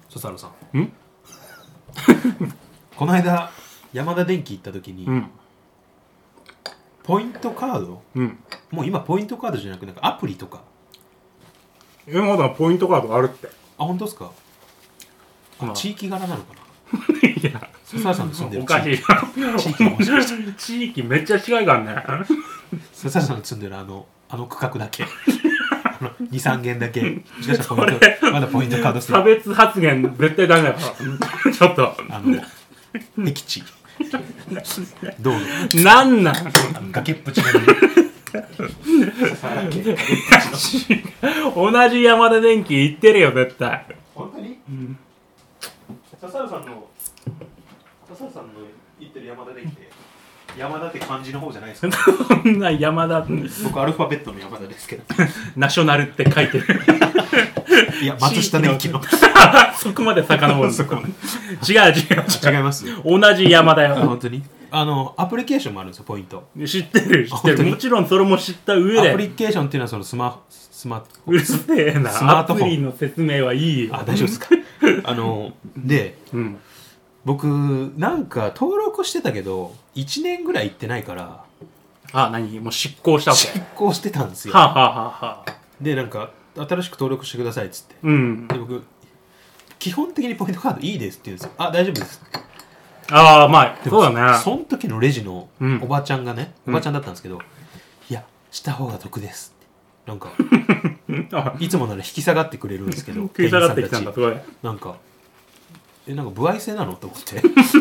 笹原さんこの間山田電機行った時に、ポイントカード、もう今ポイントカードじゃなくなんかアプリとかまだポイントカードあるって。 あ、本当ですか。地域柄なのかな。 いや、 笹原さんの住んでるおかしい。地域めっちゃ違いがんね。 笹原さんの住んでるあの区画だけ2、3軒だけもしかしたらポイントまだポイントカードしてる。 差別発言絶対ダメだからちょっと僻地道路なんなん崖っぷちの同じ山田電機行ってるよ絶対。 本当に、笹原さんの行ってる山田電機って山田って漢字の方じゃないですか。 そんな山田僕アルファベットの山田ですけどナショナルって書いてるいや松下電機のそこまで遡る。 そこまで違違いますよ。 同じ山だよ。 本当にアプリケーションもあるんですよ。ポイント知ってるもちろんそれも知った上で。 アプリケーションっていうのはそのスマートうるせえな。 スマートフォンアプリの説明はいいよ。 あ、大丈夫ですかで、僕なんか登録してたけど1年ぐらい行ってないから。 何もう執行したわけ。 執行してたんですよ。でなんか新しく登録してくださいっつって、で僕基本的にポイントカードいいですって言うんですよ。あ、大丈夫ですって。 まあそうだね。 その時のレジのおばちゃんがね、おばちゃんだったんですけど、いやした方が得ですってなんかいつもなら引き下がってくれるんですけど引き下がってきたんだ。すごいなんか歩合制なのと思って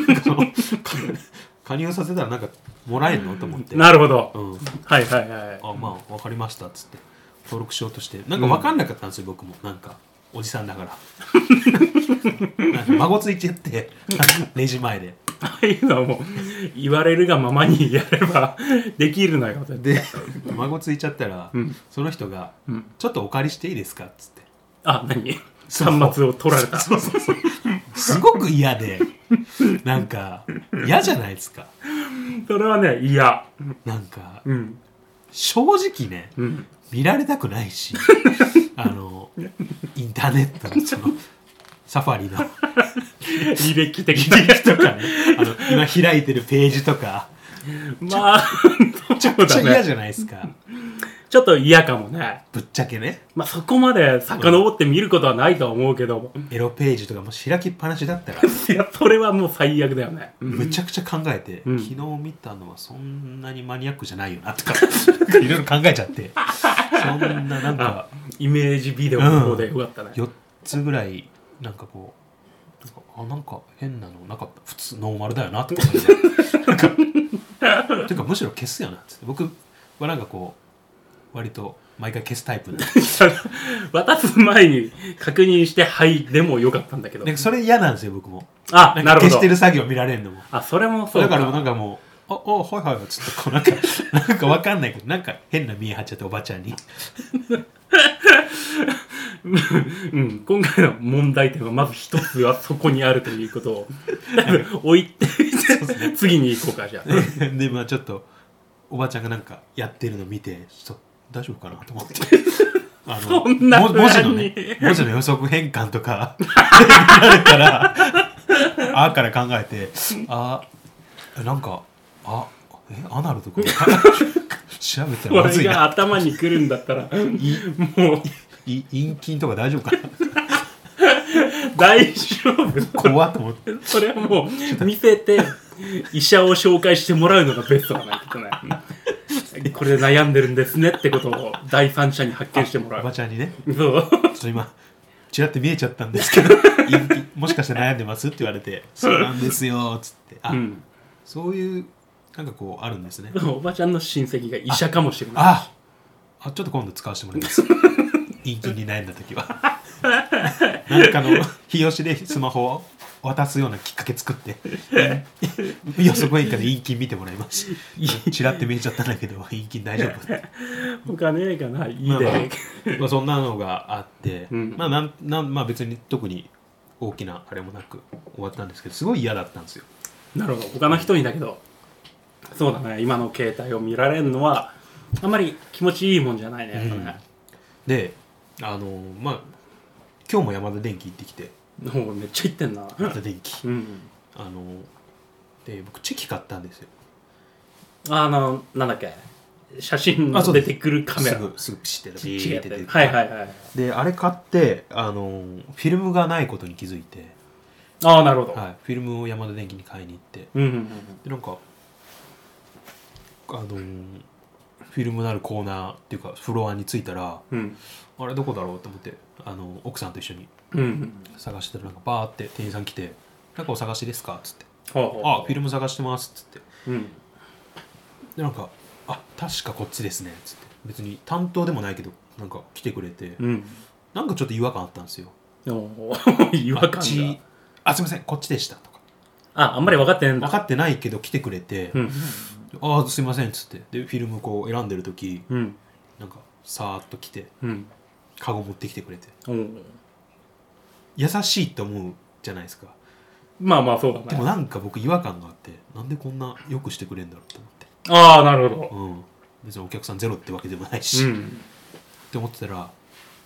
加入させたらなんかもらえるのと思って。 なるほど、はいあ、まあ分かりましたっつって登録しようとしてなんか分かんなかったんですよ、僕もなんかおじさんだからなんか孫ついちゃってレジ前でああいうのはもう言われるがままにやればできるのよ。 で孫ついちゃったら、その人が、ちょっとお借りしていいですかっつって。 何端末を取られた。 そうすごく嫌でなんか嫌じゃないですか。 それはね嫌。 なんか、正直ね、見られたくないしインターネットのそのサファリの履歴的な履歴とかね今開いてるページとかまあめちゃくちゃ嫌じゃないですか。 ちょっと嫌かもね。 ぶっちゃけね。 まあそこまで遡って見ることはないとは思うけど、 エロページとかも開きっぱなしだったらいやそれはもう最悪だよね。 めちゃくちゃ考えて、昨日見たのはそんなにマニアックじゃないよなとかいろいろ考えちゃってそんななんかイメージビデオの方でよかったね。 4つぐらいなんかこうなんか変なのなかった。普通ノーマルだよなとか思ってなんかていうかむしろ消すよなっつって。僕はなんかこう割と毎回消すタイプで渡す前に確認してはいでもよかったんだけど、 それ嫌なんですよ僕も。 なるほど。 消してる作業見られるのも。 それもそうか。 だからなんかもうはいはいつってこうなんかわかんないけどなんか変な見え張っちゃっておばちゃんに今回の問題点はまず一つはそこにあるということを置いて次に行こうか。じゃあでまあちょっとおばちゃんがなんかやってるの見てちょっと大丈夫かなと思ってそんな文字の予測変換とか見られたらあから考えてなんかアナルとか調べたらまずいな。 これが頭にくるんだったらもう陰菌とか大丈夫かな大丈夫怖っと思って。 それはもう見せて医者を紹介してもらうのがベストだなきっとねこれで悩んでるんですねってことを第三者に発見してもらう。 おばちゃんにね。 そうちょっと今ちらって見えちゃったんですけどもしかして悩んでますって言われてそうなんですよっつってそういうなんかこうあるんですね。 おばちゃんの親戚が医者かもしれない。 ちょっと今度使わせてもらいます陰菌に悩んだ時はなんかの日吉でスマホを渡すようなきっかけ作って予測変化で陰菌見てもらいます。チラって見えちゃったんだけど陰菌大丈夫他ねえかな。いいね、 そんなのがあって、まあ別に特に大きなあれもなく終わったんですけどすごい嫌だったんですよ。 なるほど。他の人にだけどそうだね。今の携帯を見られるのはあんまり気持ちいいもんじゃないね。やっぱね。 でまあ今日も山田電機行ってきてもうめっちゃ言ってんな。 ヤマダ電機うんで僕チェキ買ったんですよ。 なんだっけ、写真あそうです出てくるカメラすぐピシッてちっちゃいやつビーって出てはいはいはい。 であれ買ってフィルムがないことに気づいて、 ああなるほど、 はい、フィルムをヤマダ電機に買いに行って、 うんうんうんでなんかフィルムのあるコーナーっていうかフロアに着いたら、 うんあれどこだろうと思って奥さんと一緒にうんうん探してたらなんかバーって店員さん来て「なんかお探しですか?」っつってほうほう 「あフィルム探してます」っつってうんでなんか「あ確かこっちですね」っつって別に担当でもないけどなんか来てくれて、 うんなんかちょっと違和感あったんですよ。 おー違和感あっちがすいませんこっちでしたとかあんまり分かってねえんだ分かってないけど来てくれてうん 「あすいません」っつってでフィルムこう選んでる時うんなんかさーっと来てうんカゴ持ってきてくれておー優しいと思うじゃないですか。 まあまあそうだね。 でもなんか僕違和感があってなんでこんなよくしてくれるんだろうと思って、 ああなるほどうん、別にお客さんゼロってわけでもないうし、っんて思ってたら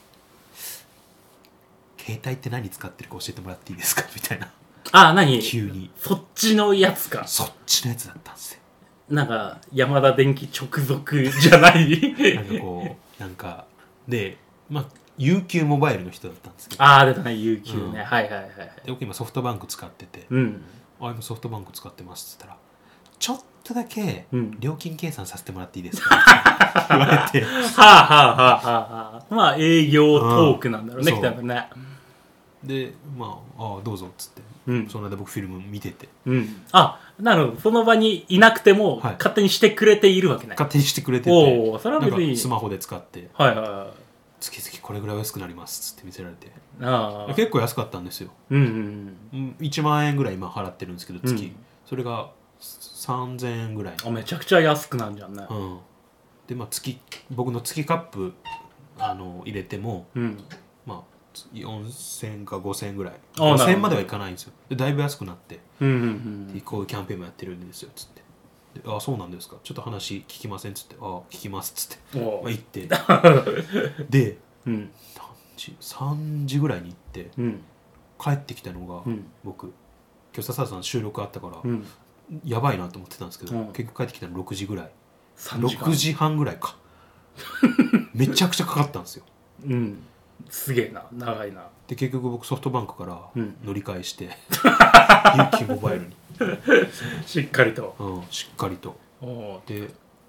携帯って何使ってるか教えてもらっていいですかみたいな何急にそっちのやつか。 そっちのやつだったんですよ。 なんか山田電機直属じゃないなんかこうなんかでまあ UQ モバイルの人だったんですけどああ出たね UQ ね、 うんはいはいはいで僕今ソフトバンク使っててうん今ソフトバンク使ってますって言ったらちょっとだけうん料金計算させてもらっていいですかって言われてはあはあはあはあはあまあ営業トークなんだろうね、 うんきたらねでまあどうぞっつってうんその間僕フィルム見ててうんなるほどその場にいなくても、 はい勝手にしてくれているわけね。 勝手にしてくれてておおそれはなんか別にスマホで使ってはいはいはい月々これぐらい安くなりますっつって見せられてああ結構安かったんですよ。 うんうんうん1万円ぐらい今払ってるんですけど月、 うんそれが3000円ぐらい、 あめちゃくちゃ安くなんじゃんねうん、でまあ僕の月カップ入れてもうんまあ4000か5000円ぐらいあなるほど 5000円まではいかないんですよ。でだいぶ安くなってうんうんでこういうキャンペーンもやってるんですよっつってでそうなんですかちょっと話聞きませんっつって聞きますっつって、 うんおまあ、行ってでうん 3時ぐらいに行ってうん帰ってきたのが、 うん僕今日笹田さん収録あったから、 うんやばいなと思ってたんですけど、 うん結局帰ってきたの6時ぐらい 3時間 6時半ぐらいかめちゃくちゃかかったんですよ。 うんすげえな長いなで結局僕ソフトバンクからうん乗り換えして、UQ モバイルに、 しっかりとしっかりとおで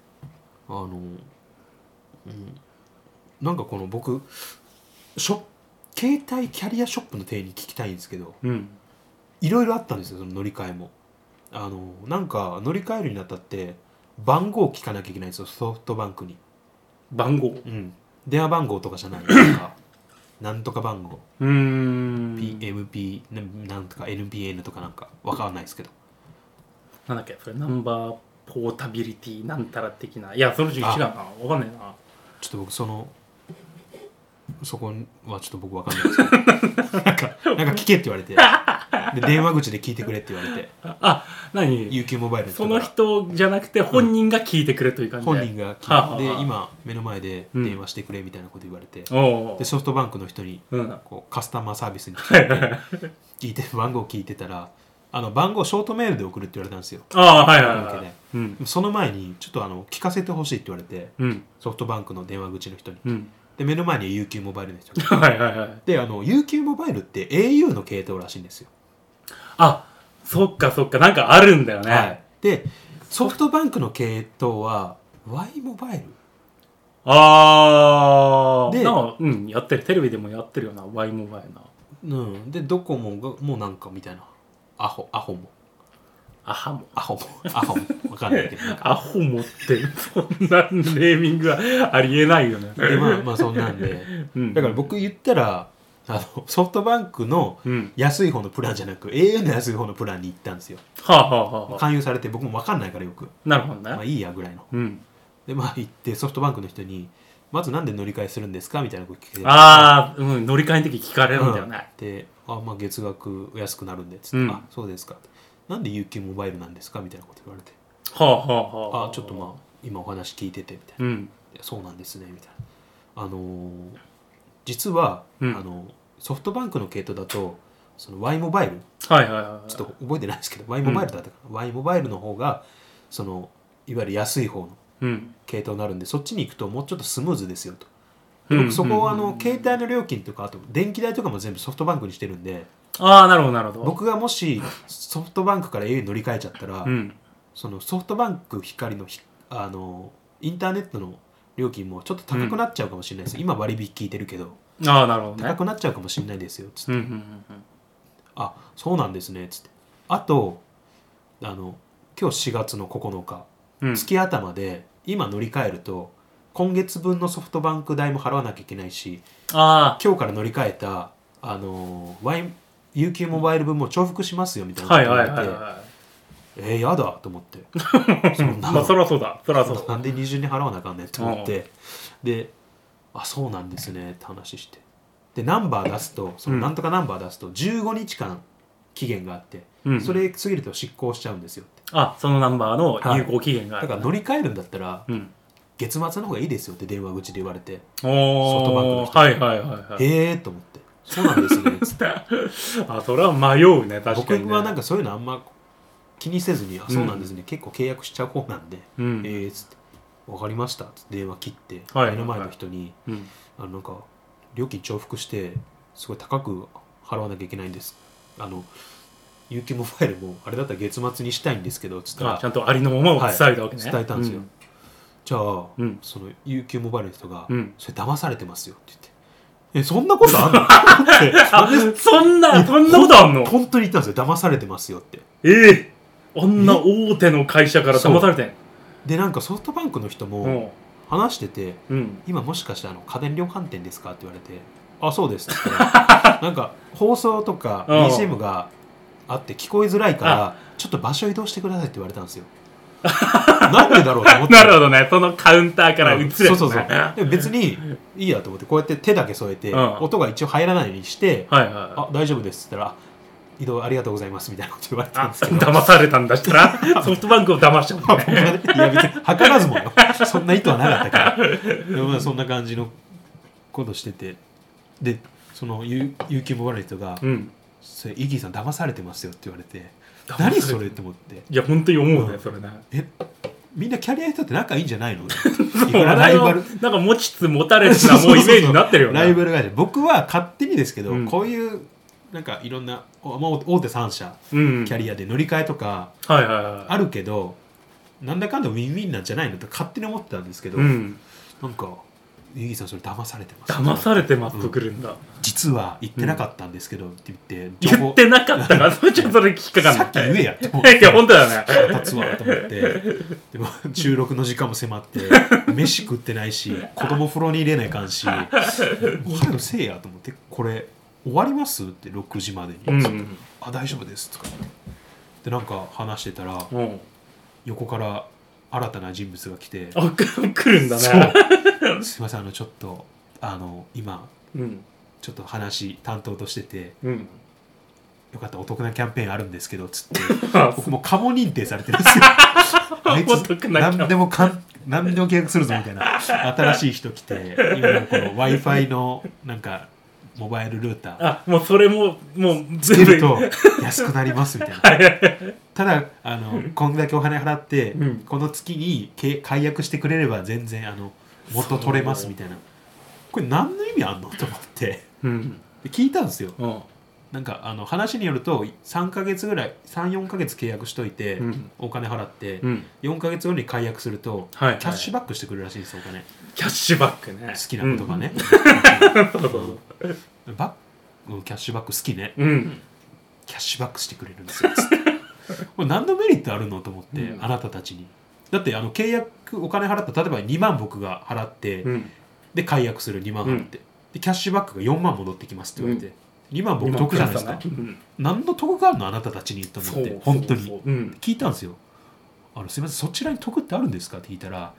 なんかこの僕携帯キャリアショップの店員に聞きたいんですけどうんいろいろあったんですよその乗り換えもなんか乗り換えるにあたって番号聞かなきゃいけないんですよソフトバンクに、 番号電話番号とかじゃないなんかなんとか番号PMP なんとか NPN とかなんかわかんないですけどなんだっけそれナンバーポータビリティなんたら的ないやその時期違うなわかんないなちょっと僕そこはちょっと僕わかんないですけどなんか聞けって言われてで電話口で聞いてくれって言われて何 UQ モバイルその人じゃなくて本人が聞いてくれという感じで、 本人がはあはあで今目の前で電話してくれみたいなこと言われて、 おでソフトバンクの人にうんこうカスタマーサービスに聞いて番号聞いてたら番号ショートメールで送るって言われたんですよ。 はいはいはいわけでうんその前にちょっと聞かせてほしいって言われてうんソフトバンクの電話口の人にうんで目の前に UQ モバイルの人がはいはいはいでUQ モバイルって au の系統らしいんですよ。 そっかそっかなんかあるんだよね、 はい、でソフトバンクの系統は Y モバイルでなんかやってるテレビでもやってるよな Y モバイルなでドコモがもうなんかみたいなアホもアハモわかんないけどなんかアホモってそんなネーミングはありえないよねでまあそんなんでうんだから僕言ったらソフトバンクのうん安い方のプランじゃなく au の安い方のプランに行ったんですよ。 はあはあはあはあ勧誘されて僕も分かんないからよくなるほどね、 まあいいやぐらいのうんでまあ行ってソフトバンクの人にまずなんで乗り換えするんですかみたいなこと聞いて乗り換えの時聞かれるんだよね、 でまあ月額安くなるんでつって、 うんそうですかなんで UQ モバイルなんですかみたいなこと言われてはあはあはあちょっとまあ今お話聞いててみたいな、 うんいやそうなんですねみたいな実は、 うんソフトバンクの系統だとその Y モバイルはいはいはい。 ちょっと覚えてないですけど Y モバイルだったかな、Y モバイルの方がそのいわゆる安い方のうん。 系統になるんでそっちに行くともうちょっとスムーズですよと。 うん僕そこを携帯の料金とかあと電気代とかも全部ソフトバンクにしてるんで、 ああ、なるほどなるほど。 僕がもしソフトバンクから au に乗り換えちゃったら、 うん。 そのソフトバンク光のインターネットの料金もちょっと高くなっちゃうかもしれないです、今割引聞いてるけどああ、なるほどね。 高くなっちゃうかもしれないですよつって、 うんうんうんあそうなんですねつって、あと今日4月の9日、 うん。 月頭で今乗り換えると今月分のソフトバンク代も払わなきゃいけないしあ今日から乗り換えたUQ モバイル分も重複しますよみたいあ、 なはいはいこと言われて、 はいはやだと思ってそんい。 なまあ、そらそうだ。そらそうだ。 なんで二重に払わなあかんねんと思ってでそうなんですねって話してでナンバー出すとそのなんとかナンバー出すと15日間期限があって、 うん。 それ過ぎると執行しちゃうんですよってあ、そのナンバーの有効期限がある。 だから乗り換えるんだったらうん。 月末の方がいいですよって電話口で言われておー、 ソフトバンクの人はいはいはいはい。 へえと思ってそうなんですねつってあ、それは迷うね、確かに、ね。 僕はなんかそういうのあんま気にせずにそうなんですね、結構契約しちゃう方なんでうん。 つって分かりましたって電話切ってはい目の前の人にうん。 なんか料金重複してすごい高く払わなきゃいけないんですUQ モバイルもあれだったら月末にしたいんですけどつったらあ、ちゃんとありのままを伝えたわけね。 はい伝えたんですよじゃあ、 うんその UQ モバイルの人が、 うんそれ騙されてますよって言ってそんなことあんのってあ、そんなことあんの？ 本当に言ったんですよ騙されてますよってあんな大手の会社から騙されてん。 でなんかソフトバンクの人も話しててうん。 今もしかして家電量販店ですかって言われてあそうですって言ったらなんか放送とか BGM があって聞こえづらいからちょっと場所移動してくださいって言われたんですよなんでだろうと思ってなるほどね。そのカウンターから移るやつね。 そうそうそうでも別にいいやと思ってこうやって手だけ添えて音が一応入らないようにしてはいはい。 あ大丈夫ですって言ったら移動ありがとうございますみたいなこと言われたんあ、 ですけど騙されたんだしたらソフトバンクを騙しちゃったね。 いや別に図らずもよそんな意図はなかったからでもまあそんな感じのことしててでその UQ モバイルの人がうん。 それイギーさん騙されてますよって言われて何それって思っていや本当に思うね、それね。 みんなキャリアの人って仲いいんじゃないのいくそうらライバルなんか持ちつ持たれつなもうイメージになってるよね。 ライバル会社僕は勝手にですけど、 うんこういうなんかいろんな大手3社うん。 キャリアで乗り換えとかはいはいはい。 あるけど、なんだかんだウィンウィンなんじゃないのって勝手に思ってたんですけど、 うん。 なんかイギーさんそれ騙されてます騙されてますとくるんだ。 実は言ってなかったんですけど、って言って言ってなかったから、ちょっとそれ引っかかんない。 さっき言えやって思っていや、本当だよね。 立つわと思ってでも収録の時間も迫って飯食ってないし子供風呂に入れないかんし早くせえやと思ってこれ終わりますって6時までに、 うん。 あ大丈夫ですとか言ってでなんか話してたらうん。 横から新たな人物が来てあ、来るんだね。 そうすいませんちょっと今うん。 ちょっと話担当としててうん。 よかったらお得なキャンペーンあるんですけどつってあ僕もうカモ認定されてるんですよあいおつ得なキャンペーン何でも契約するぞみたいな新しい人来て今のこの w i f i のなんかモバイルルーターあ、もうそれもうつけると安くなりますみたいなただこんだけお金払って、 うんこの月に解約してくれれば全然元取れますみたいなこれ何の意味あんのと思ってうん。 で聞いたんですようん。 なんか話によると3ヶ月ぐらい 3,4 ヶ月契約しといて、 うんお金払って、 うん。 4ヶ月後に解約すると、 はいはいキャッシュバックしてくれるらしいんですよお金キャッシュバックね。 好きなことがね、 そうそうそう。 キャッシュバック好きねうん。 キャッシュバックしてくれるんですよつってこれ何のメリットあるのと思って、 うんあなたたちにだって契約お金払った例えば2万僕が払って、 うん。 で解約する2万払って、でキャッシュバックが4万戻ってきますって言われて、2万僕得じゃないですか、 うん。 何の得があるのあなたたちにと思ってそう本当にそううん。 聞いたんですよすいませんそちらに得ってあるんですかって聞いたら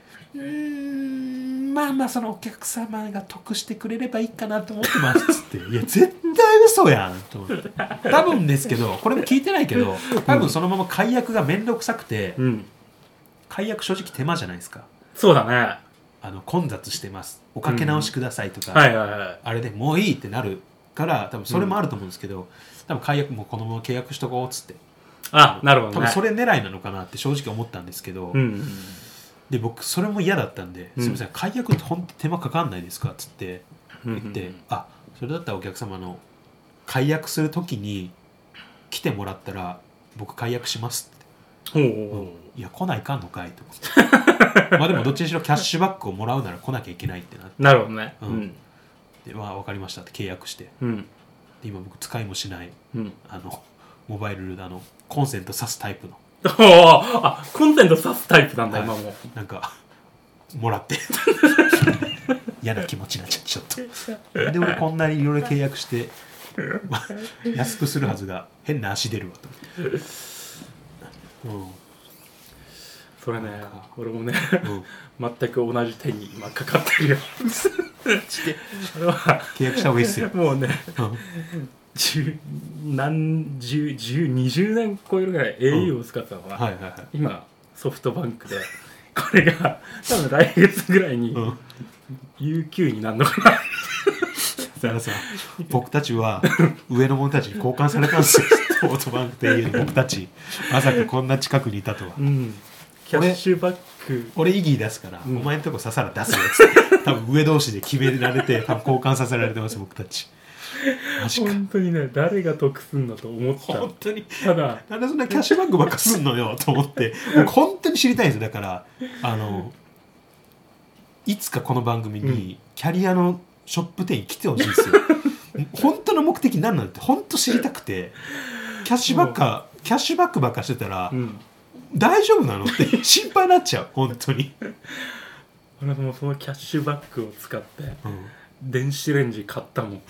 まあそのお客様が得してくれればいいかなと思ってますっつっていや絶対嘘やんと思って多分ですけどこれも聞いてないけど多分そのまま解約がめんどくさくて、 うん。 解約正直手間じゃないですかそうだね。 混雑してますおかけ直しくださいとか、 はいはいはい。 あれでもういいってなるから多分それもあると思うんですけど、多分解約もうこのまま契約しとこうっつって、 あ、なるほどね。 多分それ狙いなのかなって正直思ったんですけど、で僕それも嫌だったんで、すみません解約って本当手間かかんないですかっつって言って、あ、それだったらお客様の解約するときに来てもらったら僕解約しますって、いや来ないかんのかいと思ってまあでもどっちにしろキャッシュバックをもらうなら来なきゃいけないってなって、 なるほどね。 でまあ分かりましたって契約して、で今僕使いもしない、モバイルコンセント挿すタイプのあ、コンセント挿すタイプなんだ、今も。 なんかもらって嫌な気持ちになっちゃってちょっとで俺こんなにいろいろ契約して安くするはずが変な足出るわと思って、 それね、俺もね、全く同じ手に今かかってるよ契約した方がいいっすよもうね、20年超えるぐらい au を使ってたのかな、今ソフトバンクでこれが多分来月ぐらいに UQ になるのかなだからさ、僕たちは上の者たちに交換されたんですよソフトバンクと au の僕たちまさかこんな近くにいたとは、 キャッシュバック俺イギー出すから、お前んとこ刺さら出すよっつって多分上同士で決められて多分交換させられてます僕たち。マジか本当にね、誰が得すんだと思った。 本当にただなんでそんなキャッシュバックばっかすんのよと思って僕本当に知りたいんですよ。だからいつかこの番組にキャリアのショップ店に来てほしいですよ本当の目的何なんだって本当知りたくて、キャッシュバックばっかしてたら、大丈夫なのって心配になっちゃう本当に俺もそのキャッシュバックを使って、電子レンジ買ったもん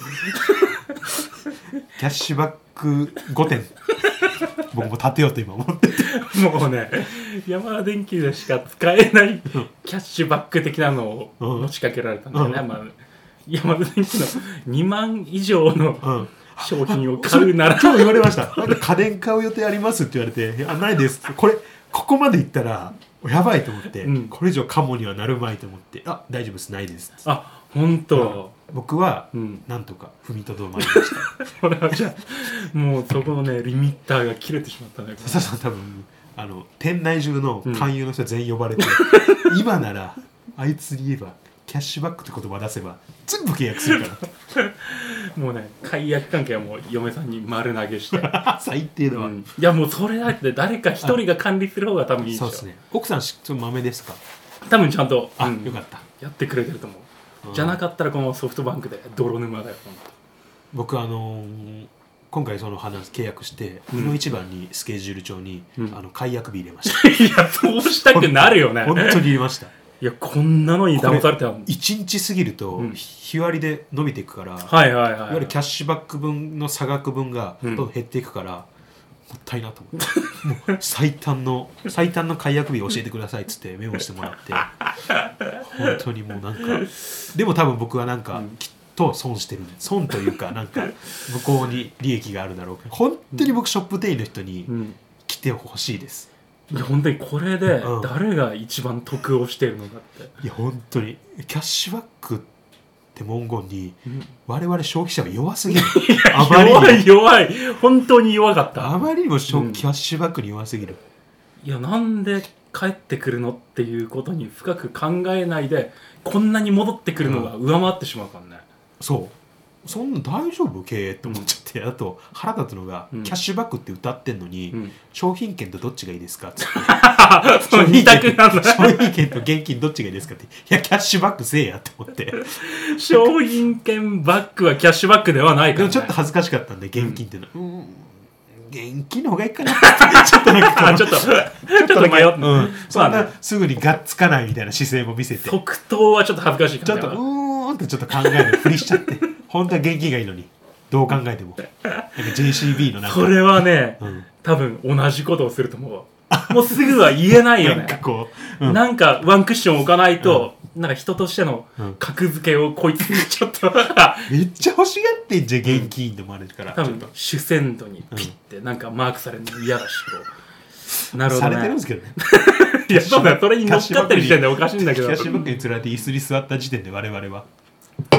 キャッシュバック5点僕も立てようと今思ってもうね、ヤマダ電機でしか使えないキャッシュバック的なのを持ちかけられたんだよね、ヤマダ電機の2万以上の商品を買うなら、 今日言われましたなんか家電買う予定ありますって言われて、あ、ないですここまでいったらやばいと思って、これ以上カモにはなるまいと思って、あ、大丈夫ですないですって、 あ、本当、 僕はなんとか踏みとどまりました俺はじゃあもうそこのねリミッターが切れてしまったんだけど、 笹さん多分店内中の勧誘の人全員呼ばれて、今ならあいつに言えばキャッシュバックって言葉出せば全部契約するからもうね、解約関係はもう嫁さんに丸投げして最低だわ、 いやもうそれだって誰か一人が管理する方が多分いいでしょ。 そうですね。奥さん豆ですか？ 多分ちゃんと、 よかったやってくれてると思う。じゃなかったらこのソフトバンクで泥沼だよ。 僕今回その契約してこの一番にスケジュール帳に解約日入れましたいやそうしたくなるよね本当に入れました。 いやこんなのに騙されてたの。 1日過ぎると日割りで伸びていくから、いわゆるキャッシュバック分の差額分がどんどん減っていくから、もったいなと思ってもう最短の解約日教えてくださいっつってメモしてもらって本当にもうなんかでも多分僕はなんかきっと損してる、損というかなんか向こうに利益があるだろうけど、本当に僕ショップ店員の人に来てほしいです。 いや本当にこれで誰が一番得をしてるのかって、 いや本当にキャッシュバックって文言に我々消費者が弱すぎるあまりに弱い本当に弱かった。 あまりにもキャッシュバックに弱すぎる。 いやなんで帰ってくるのっていうことに深く考えないでこんなに戻ってくるのが上回ってしまうからね、 そんな大丈夫経営って思っちゃって、あと腹立つのが、キャッシュバックって歌ってんのに、商品券とどっちがいいですかって商品券と現金どっちがいいですかって、いやキャッシュバックせえやって思って商品券バックはキャッシュバックではないから、ね、 でもちょっと恥ずかしかったんで現金っていうのは、現金の方がいいかなちょっとなんかちょっと迷って、そんなすぐにがっつかないみたいな姿勢も見せて、 即答はちょっと恥ずかしいから、 ちょっとってちょっと考えるふりしちゃって本当は現金がいいのにどう考えてもなんか JCB のなんかそれはね、多分同じことをすると思う。もうすぐは言えないよねなんかこう、なんかワンクッション置かないと、なんか人としての格付けをこいつにちょっとめっちゃ欲しがってんじゃん現金って思われるから、 多分主戦度にピッてなんかマークされるの嫌だしこうなるほどね、 されてるんですけどねいやそうだよ、それに乗っかってる時点でおかしいんだけど、 キャッシュバックにつられて椅子に座った時点で我々は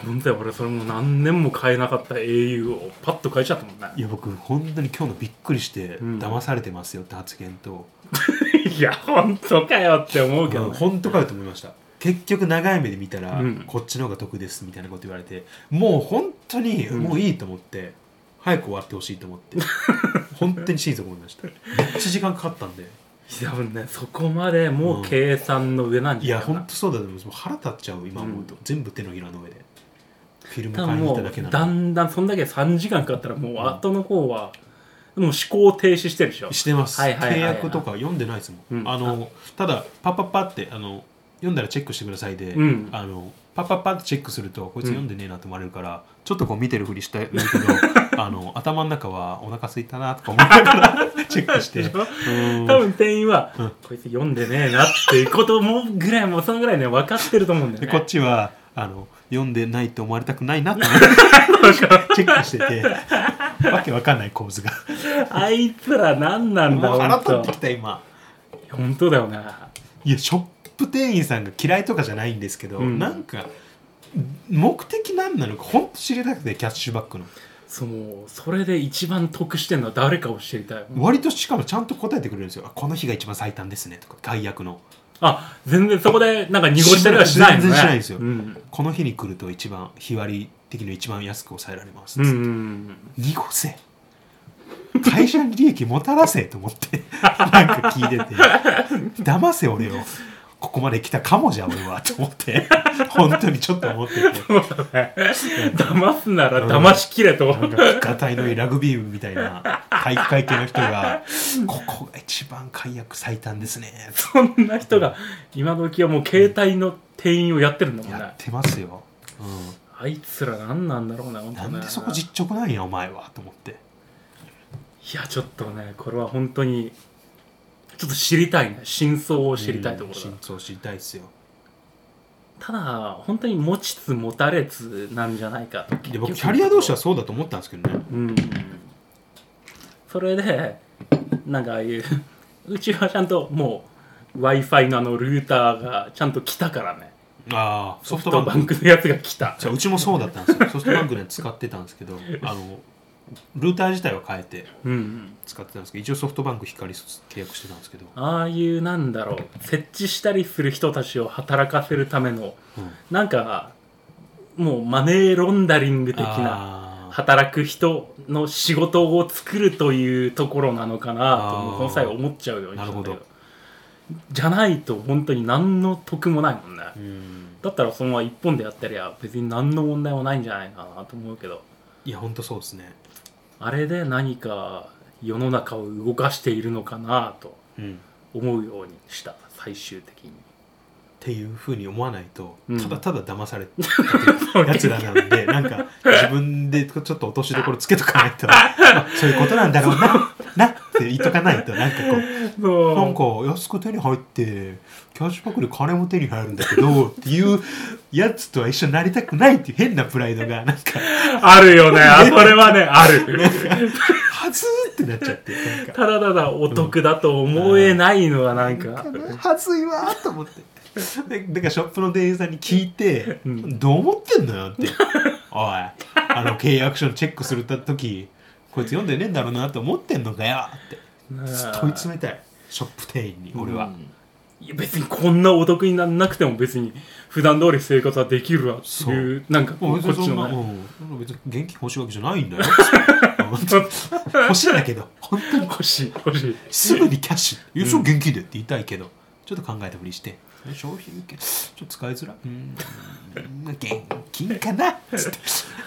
本当に俺それも何年も買えなかった au をパッと買えちゃったもんね。 いや僕本当に今日のびっくりしてうん騙されてますよって発言と、 いや本当かよって思うけどね。 本当かよと思いました。結局長い目で見たら、 うんこっちの方が得ですみたいなこと言われて、もう本当にもういいと思って、早く終わってほしいと思って本当に心底思いました。めっちゃ時間かかったんで。 多分ねそこまでもう計算の上なんいじゃないかな。 や本当そうだと思います。もう腹立っちゃう今思うと、全部手のひらの上でフィルム多買い分もうに行っただけなのだんだんそんだけ3時間かかったらもう後の方はもう思考停止してるでしょ。 してます、 はいはいはいはい契約とか読んでないですもん、 うんただパッパッパって読んだらチェックしてくださいで、 うんパッパッパってチェックするとこいつ読んでねえなと思われるから、ちょっとこう見てるふりしてるけど頭の中はお腹空いたなとか思いながらチェックして多分店員は、こいつ読んでねえなっていうこともぐらいもうそのぐらいね分かってると思うんだよね。 でこっちは読んでないと思われたくないなって思ってチェックしててわけわかんない構図があいつら何なんだもう腹本当立ってきた今。 本当だよね。 いやショップ店員さんが嫌いとかじゃないんですけど、なんか目的何なのか本当知りたくて、キャッシュバックのそれで一番得してるのは誰かを知りたい。 割としかもちゃんと答えてくれるんですよ。この日が一番最短ですねとか、解約の全然そこでなんか濁したりはしないのね。 全然しないんですよ、 うんこの日に来ると一番日割り的に一番安く抑えられますうっつって、 ん濁せ会社に利益もたらせと思ってなんか聞いてて騙せ俺をここまで来たかもじゃ俺はと思って本当にちょっと思ってて騙すなら騙しきれと、 なんかがたいのいいラグビー部みたいな体育会系の人がここが一番解約最短ですねそんな人が今時はもう携帯の店員をやってるんだもんね。 やってますよ、 あいつら何なんだろうな本当ね。 なんでそこ実直なんやお前はと思って。 いやちょっとねこれは本当にちょっと知りたいね。真相を知りたいところだ。 真相知りたいっすよ。 ただ本当に持ちつ持たれつなんじゃないかと。 いや僕キャリア同士はそうだと思ったんですけどね。 それでなんかああいううちはちゃんともう Wi-Fi のルーターがちゃんと来たからね。 ああソフトバンクのやつが来た。 じゃあうちもそうだったんですよ。ソフトバンクで使ってたんですけどルーター自体は変えて使ってたんですけど、一応ソフトバンク光契約してたんですけど、 ああいうなんだろう設置したりする人たちを働かせるための、なんかもうマネーロンダリング的な働く人の仕事を作るというところなのかなとこの際思っちゃうようにしたんだけど、じゃないと本当に何の得もないもんね。だったらそのまま一本でやったりは別に何の問題もないんじゃないかなと思うけど、 いや本当そうですね。 あれで何か世の中を動かしているのかなと思うようにした、最終的に。 っていうふうに思わないと、ただただ騙されたやつらなんでなんか自分でちょっと落としどころつけとかないとそういうことなんだろうなって言っとかないと、なんかこうなんか安く手に入ってキャッシュバックで金も手に入るんだけどっていうやつとは一緒になりたくないっていう変なプライドがなんかあるよね。それはねあるはずーってなっちゃって、なんかただただお得だと思えないのはなんか、 はずいわーと思ってでだからショップの店員さんに聞いて、どう思ってんのよっておい契約書のチェックする時こいつ読んでねえんだろうなって思ってんのかよってずっと追い詰めたいショップ店員に俺は、 いや別にこんなお得にならなくても別に普段通り生活はできるわっていうなんかこっちのね、 別に現金欲しいわけじゃないんだよ欲しいんだけど本当に欲しいすぐにキャッシュいやそう現金でって言いたいけど、ちょっと考えたふりして商品券ちょっと使いづら現金かなっつって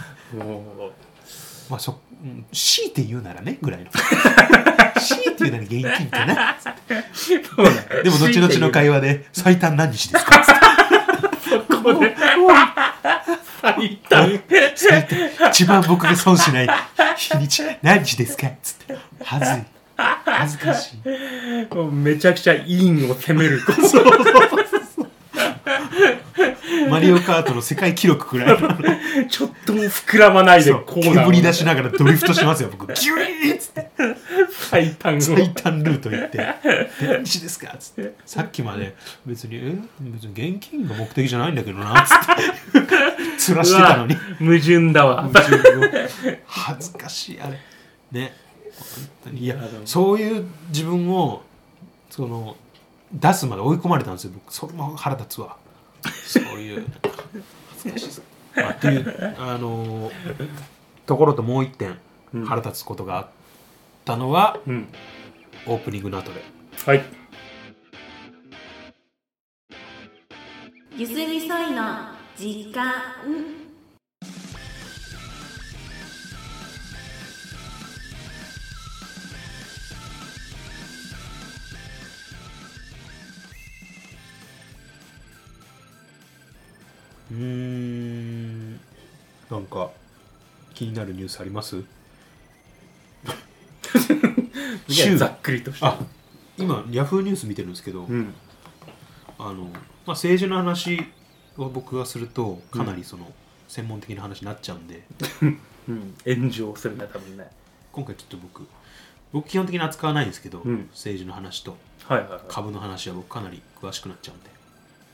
まあ強いて言うならねぐらいの強いて言うなら現金かなっつってでも後々の会話で最短何日ですかっつってそこで最短一番僕が損しない日にち何日ですかっつって恥ずかしいもうめちゃくちゃ陰を攻めるそうマリオカートの世界記録くらいのちょっとも膨らまないでコーナーを煙出しながらドリフトしますよ僕。ギュリーッつって最短最短ルート行って電池ですかっつって、さっきまで別に現金が目的じゃないんだけどなっつってつらしてたのに矛盾だわ。 恥ずかしいあれね。いやそういう自分をその出すまで追い込まれたんですよ僕。それも腹立つわ。そういうなんか恥ずかしさ、っていうところともう一点腹立つことがあったのは、オープニングの後で、 はい。 ゆすみそいの時間。 なんか気になるニュースあります？ ざっくりとした。 今ヤフーニュース見てるんですけど、政治の話を僕がするとかなりその専門的な話になっちゃうんで、 炎上するね多分ね。 今回ちょっと僕基本的に扱わないんですけど、政治の話と株の話は僕かなり詳しくなっちゃうんで。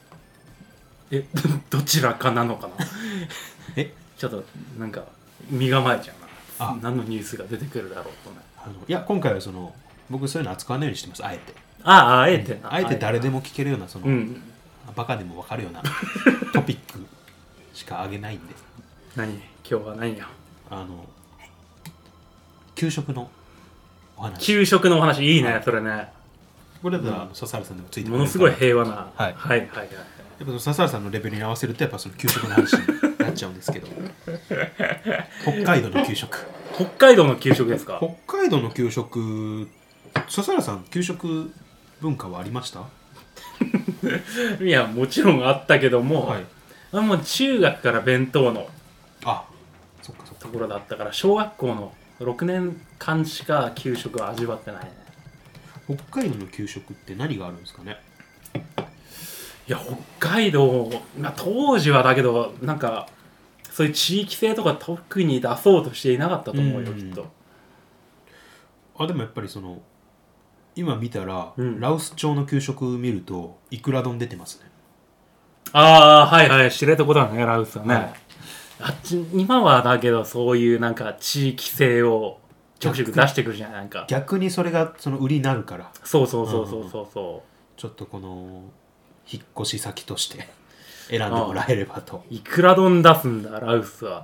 どちらかなのかなちょっとなんか身構えちゃうな。何のニュースが出てくるだろうとね。 いや今回はその僕そういうの扱わないようにしてます。あえてあえてな、 あえて誰でも聞けるようなその、バカでも分かるようなトピックしかあげないんで。 何今日は何や。 給食のお話。 給食のお話いいね、それね。 これだったら笹原さんでもついてくれるものすごい平和な。 はい。やっぱ笹原さんのレベルに合わせるとやっぱその給食の話になっちゃうんですけど北海道の給食。 北海道の給食ですか？ 北海道の給食、笹原さん給食文化はありました？ いやもちろんあったけども、もう中学から弁当のところだったから小学校の6年間しか給食は味わってないね。 北海道の給食って何があるんですかね？ いや北海道、当時はだけどなんかそういう地域性とか特に出そうとしていなかったと思うよ、きっと。 でもやっぱりその今見たら、羅臼町の給食見るといくら丼出てますね。 知床だね、羅臼はね。今はだけどそういうなんか地域性をちょくちょく出してくるじゃない。なんか逆にそれがその売りになるから。 そう、ちょっとこの引っ越し先として選んでもらえればと。 いくら丼出すんだ羅臼は。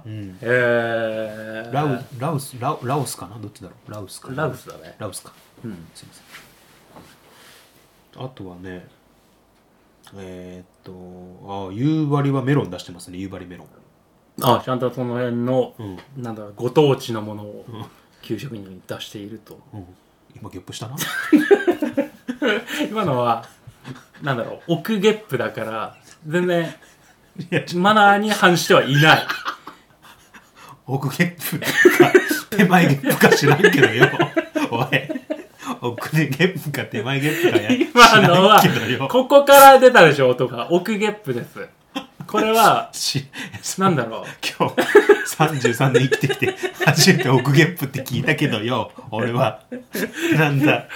ラオスかな、どっちだろう。ラオスかな。 ラオスだね。 ラオスか。すいません。あとはね夕張はメロン出してますね。夕張メロン。 ちゃんとその辺の、なんだろう、ご当地のものを給食に出していると。 今ゲップしたな今のはなんだろう、奥ゲップだから全然マナーに反してはいない。 奥ゲップか手前ゲップか知らんけどよおい、奥でゲップか手前ゲップか今のはここから出たでしょ、音が。奥ゲップです。これはなんだろう、 今日33年生きてきて初めて奥ゲップって聞いたけどよ、俺はなんだ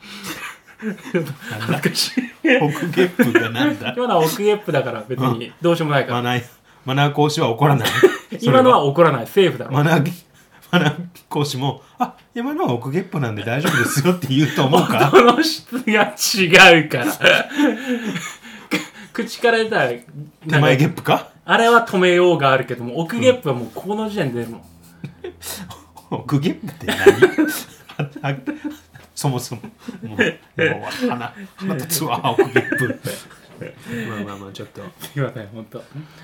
恥ずかしい。 奥ゲップがなんだ。 今のは奥ゲップだから別にどうしようもないから。 マナー講師は怒らない。 今のは怒らない、セーフだろ。 マナー講師も今のは奥ゲップなんで大丈夫ですよって言うと思うか。 この質が違うから口から出たら手前ゲップか。 あれは止めようがあるけども、奥ゲップはもうこの時点でも奥ゲップって何そもそももう鼻立つわ奥ゲップまあちょっとすいません、ほんと。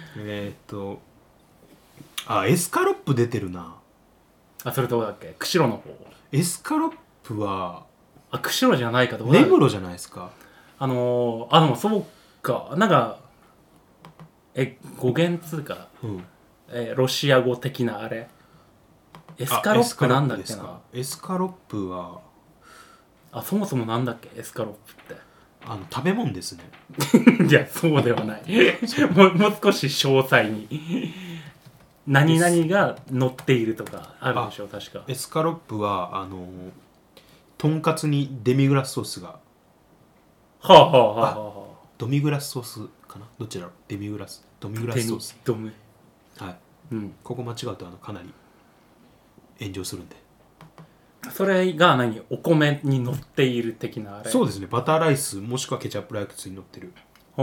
エスカロップ出てるな。 それどうだっけ？釧路の方。 エスカロップは釧路じゃないか。どうだ？ 根室じゃないですか。 でもそうか、なんか語源つうか、ロシア語的なあれ。エスカロップなんだっけな。 エスカロップはそもそもなんだっけエスカロップって。 食べ物ですね。 いやそうではないもう少し詳細に何々が乗っているとかあるでしょ確か。 エスカロップはとんかつにデミグラスソースがはあはあはあはあドミグラスソースかな、どっちだろう、ドミグラスソース、 ドムはい、 うん、 ここ間違うとかなり炎上するんで。 それが何、お米に乗っている的なあれ。 そうですね、バターライスもしくはケチャップライスに乗ってる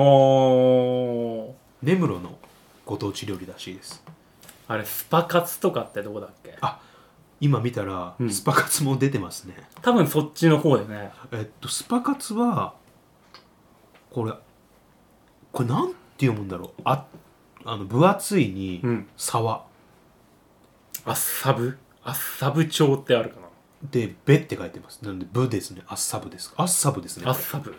根室のご当地料理らしいです。 あれスパカツとかってどこだっけ。 今見たら、 うん、 スパカツも出てますね。 多分そっちの方でね。 スパカツはこれなんて読むんだろう、分厚いに沢、 アッサブ町ってあるかな。 でベって書いてます。なんでブですね。アッサブですか。アッサブですね。 アッサブ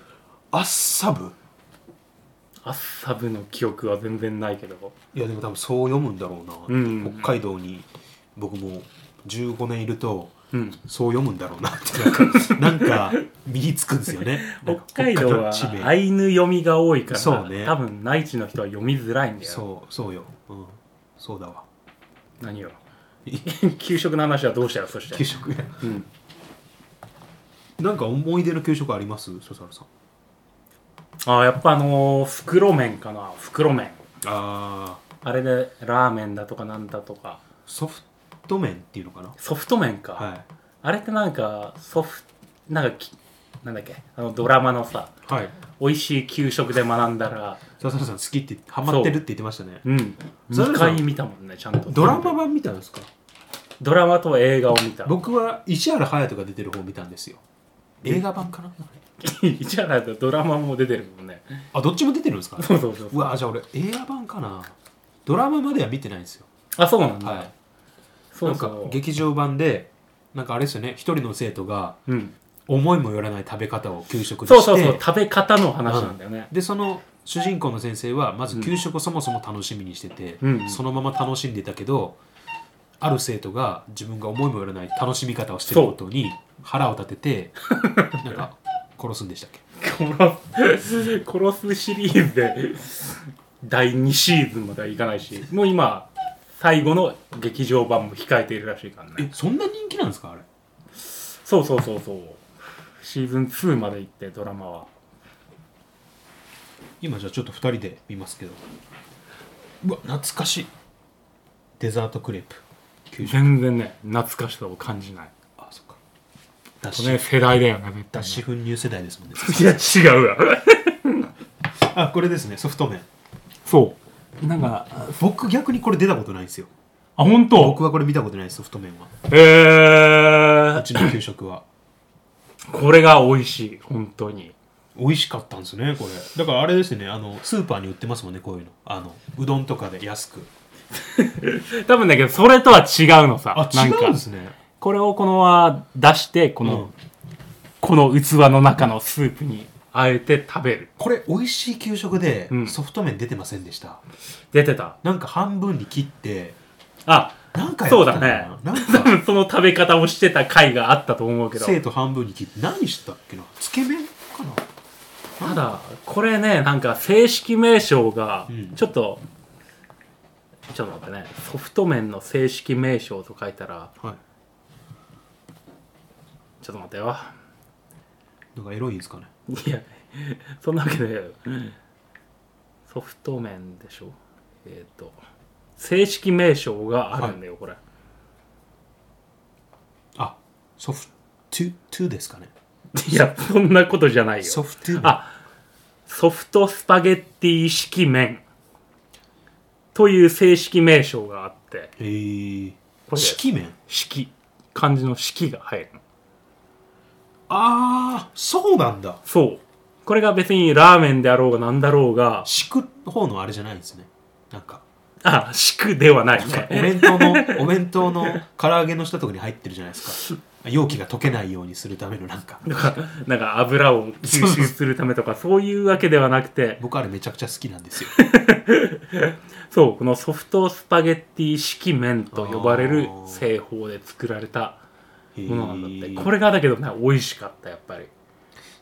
の記憶は全然ないけど。 いやでも多分そう読むんだろうな、うん、北海道に僕も15年いると、うん、そう読むんだろうなってなんか身につくんですよね北海道はアイヌ読みが多いから、 そうね、 多分内地の人は読みづらいんだよ。 そうよ、うん、そうだわ。 何よ給食の話はどうしたよ。そして給食、 うん、 なんか思い出の給食あります？笹原さん。 やっぱ袋麺かな。袋麺、 あれでラーメンだとかなんだとか。 ソフト麺っていうのかな。 ソフト麺か、はい、あれってなんかなんだっけ、ドラマのさ、はい、美味しい給食で学んだら笹原さん好きってハマってるって言ってましたね。 うん、2回見たもんね。ちゃんとドラマ版見たんですか？ ドラマと映画を見た。 僕は石原隼人が出てる方見たんですよ。映画版かな石原隼人ドラマも出てるもんね。 どっちも出てるんですか？ そう。 うわじゃあ俺映画版かな。ドラマまでは見てないんですよ。 そうなんだ、はい、そうなんか劇場版でなんかあれですよね、一人の生徒が、うん、思いもよらない食べ方を給食にして、 そう食べ方の話なんだよね、 でその主人公の先生はまず給食をそもそも楽しみにしてて、うん、そのまま楽しんでたけど、ある生徒が自分が思いもよらない楽しみ方をしてることに腹を立ててなんか殺すんでしたっけ殺すシリーズで第2シーズンまではいかないし、もう今最後の劇場版も控えているらしいからね。 そんな人気なんですかあれ。 そうシーズン2まで行って、ドラマは今じゃあちょっと2人で見ますけど、うわ懐かしい。デザートクレープ全然ね懐かしさを感じない。 そっか、 これ世代だよね絶対。 脱脂粉乳世代ですもんね。 いや違うわこれですね、ソフト麺。 そうなんか僕逆にこれ出たことないんですよ。 本当？ 僕はこれ見たことないです、ソフト麺は。うちの給食はこれが美味しい。本当に美味しかったんですねこれ。だからあれですね、スーパーに売ってますもんね、こういうの。うどんとかで安く多分だけどそれとは違うのさ。 違うんですね。 これをこのまま出してこの器の中のスープにあえて食べる。 これ美味しい給食でソフト麺出てませんでした？ 出てた。 なんか半分に切ってなんかそうだね。なんかその食べ方をしてた回があったと思うけど、 生徒半分に切って何してたっけな。つけ麺かな。 ただこれね、なんか正式名称がちょっと待ってね。ソフト麺の正式名称と書いたら、はい、ちょっと待ってよ。 なんかエロいですかね。 いやそんなわけで、ソフト麺でしょ。正式名称があるんだよ、これ。 ソフトですかね。 いやそんなことじゃないよ。 ソフトスパゲッティ式麺という正式名称があって、 これ式麺、 漢字の式が入るの。 そうなんだ。 そう、これが別にラーメンであろうがなんだろうが、 敷く方のあれじゃないんですね。なんか敷くではないね。 お弁当の唐揚げの下とかに入ってるじゃないですか。容器が溶けないようにするためのなんか油を吸収するためとかそういうわけではなくて、 僕あれめちゃくちゃ好きなんですよそう、このソフトスパゲッティ式麺と呼ばれる製法で作られたものなんだって。これがだけどね美味しかった。やっぱり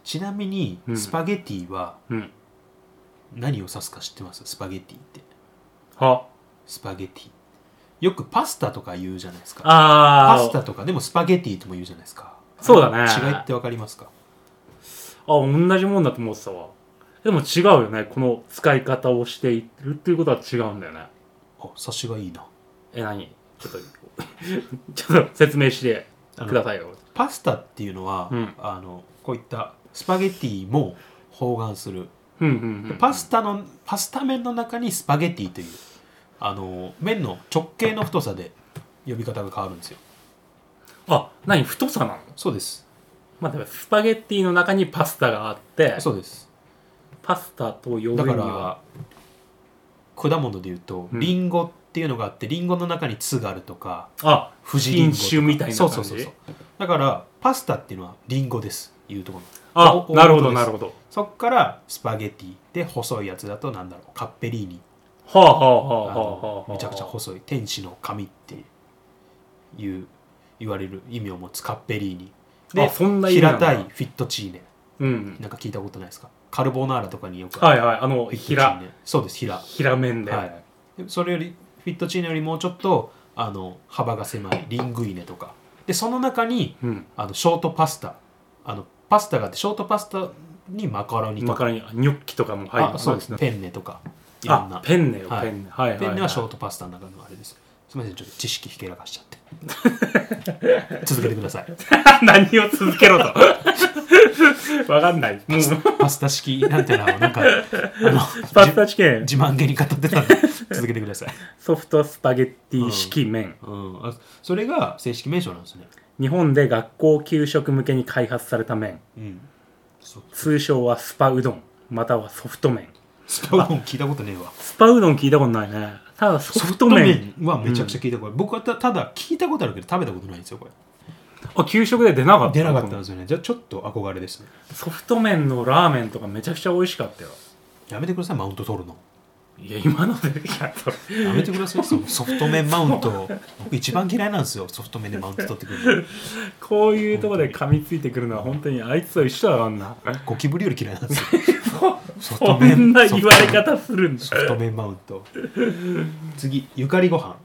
ちなみにうんスパゲティはうん何を指すか知ってます？スパゲティって。 はスパゲティよくパスタとか言うじゃないですか。 あパスタとかでもスパゲティとも言うじゃないですか。 そうだね違いってわかりますか？ 同じもんだと思ってたわ。でも違うよね、この使い方をしているっていうことは違うんだよね。 あ、察しがいいな。 何ちょっとちょっと説明してくださいよ。 パスタっていうのは、 うんこういったスパゲティも包含する、 うんうんうん、 パスタ麺の中にスパゲティという麺の直径の太さで呼び方が変わるんですよ。 何太さなの？ そうです。 まあ、スパゲッティの中にパスタがあってそうです。 パスタと呼ぶにだからは果物でいうと、 うんリンゴっていうのがあって、リンゴの中に「つ」があるとか、 富士リンゴとか品種みたいな感じ。 そうだからパスタっていうのはリンゴですいうところ。 なるほどですなるほど。 そっからスパゲティで細いやつだとなんだろう、カッペリーニ、 はあはあはあはあはあ、 めちゃくちゃ細い天使の髪って言われる意味を持つカッペリーニで、 そんな意味なんだ。 平たいフィットチーネ、 うんなんか聞いたことないですか？カルボナーラとかによくはいはい、 フィットチーネ。そうです、 平麺で、 はいでそれよりフィットチーネよりもうちょっと幅が狭いリングイネとかで、その中にうん、 ショートパスタ、パスタがあって、ショートパスタにマカロニとか、 マカロニニョッキとかも入る。 そうですね、ペンネとかいろんなペンネよ、 はいペンネ、はいはいはい、 ペンネはショートパスタの中のあれです。すみません、ちょっと知識ひけらかしちゃって続けてください。 何を続けろとわかんない。もうパスタ式なんてのはなんかパスタチキン自慢げに語ってたんで続けてください。 ソフトスパゲッティ式麺、 それが正式名称なんですね。 日本で学校給食向けに開発された麺、通称はスパうどんまたはソフト麺。 スパうどん聞いたことねえわ。 スパうどん聞いたことないね。ただソフト麺はめちゃくちゃ聞いたことある、僕はただ聞いたことあるけど食べたことないんですよ。これ給食で出なかった。 出なかったんですよね。じゃあちょっと憧れですね。 ソフト麺のラーメンとかめちゃくちゃ美味しかったよ。 やめてください、マウント取るの。 いや今のでやめてください、そのソフト麺マウント。僕一番嫌いなんですよ、ソフト麺でマウント取ってくるの。 こういうところで噛みついてくるのは本当にあいつと一緒だからな。 ゴキブリより嫌いなんですよ。ソフそト麺んな言われ方するんだ。 ソフト麺マウント。次、ゆかりご飯。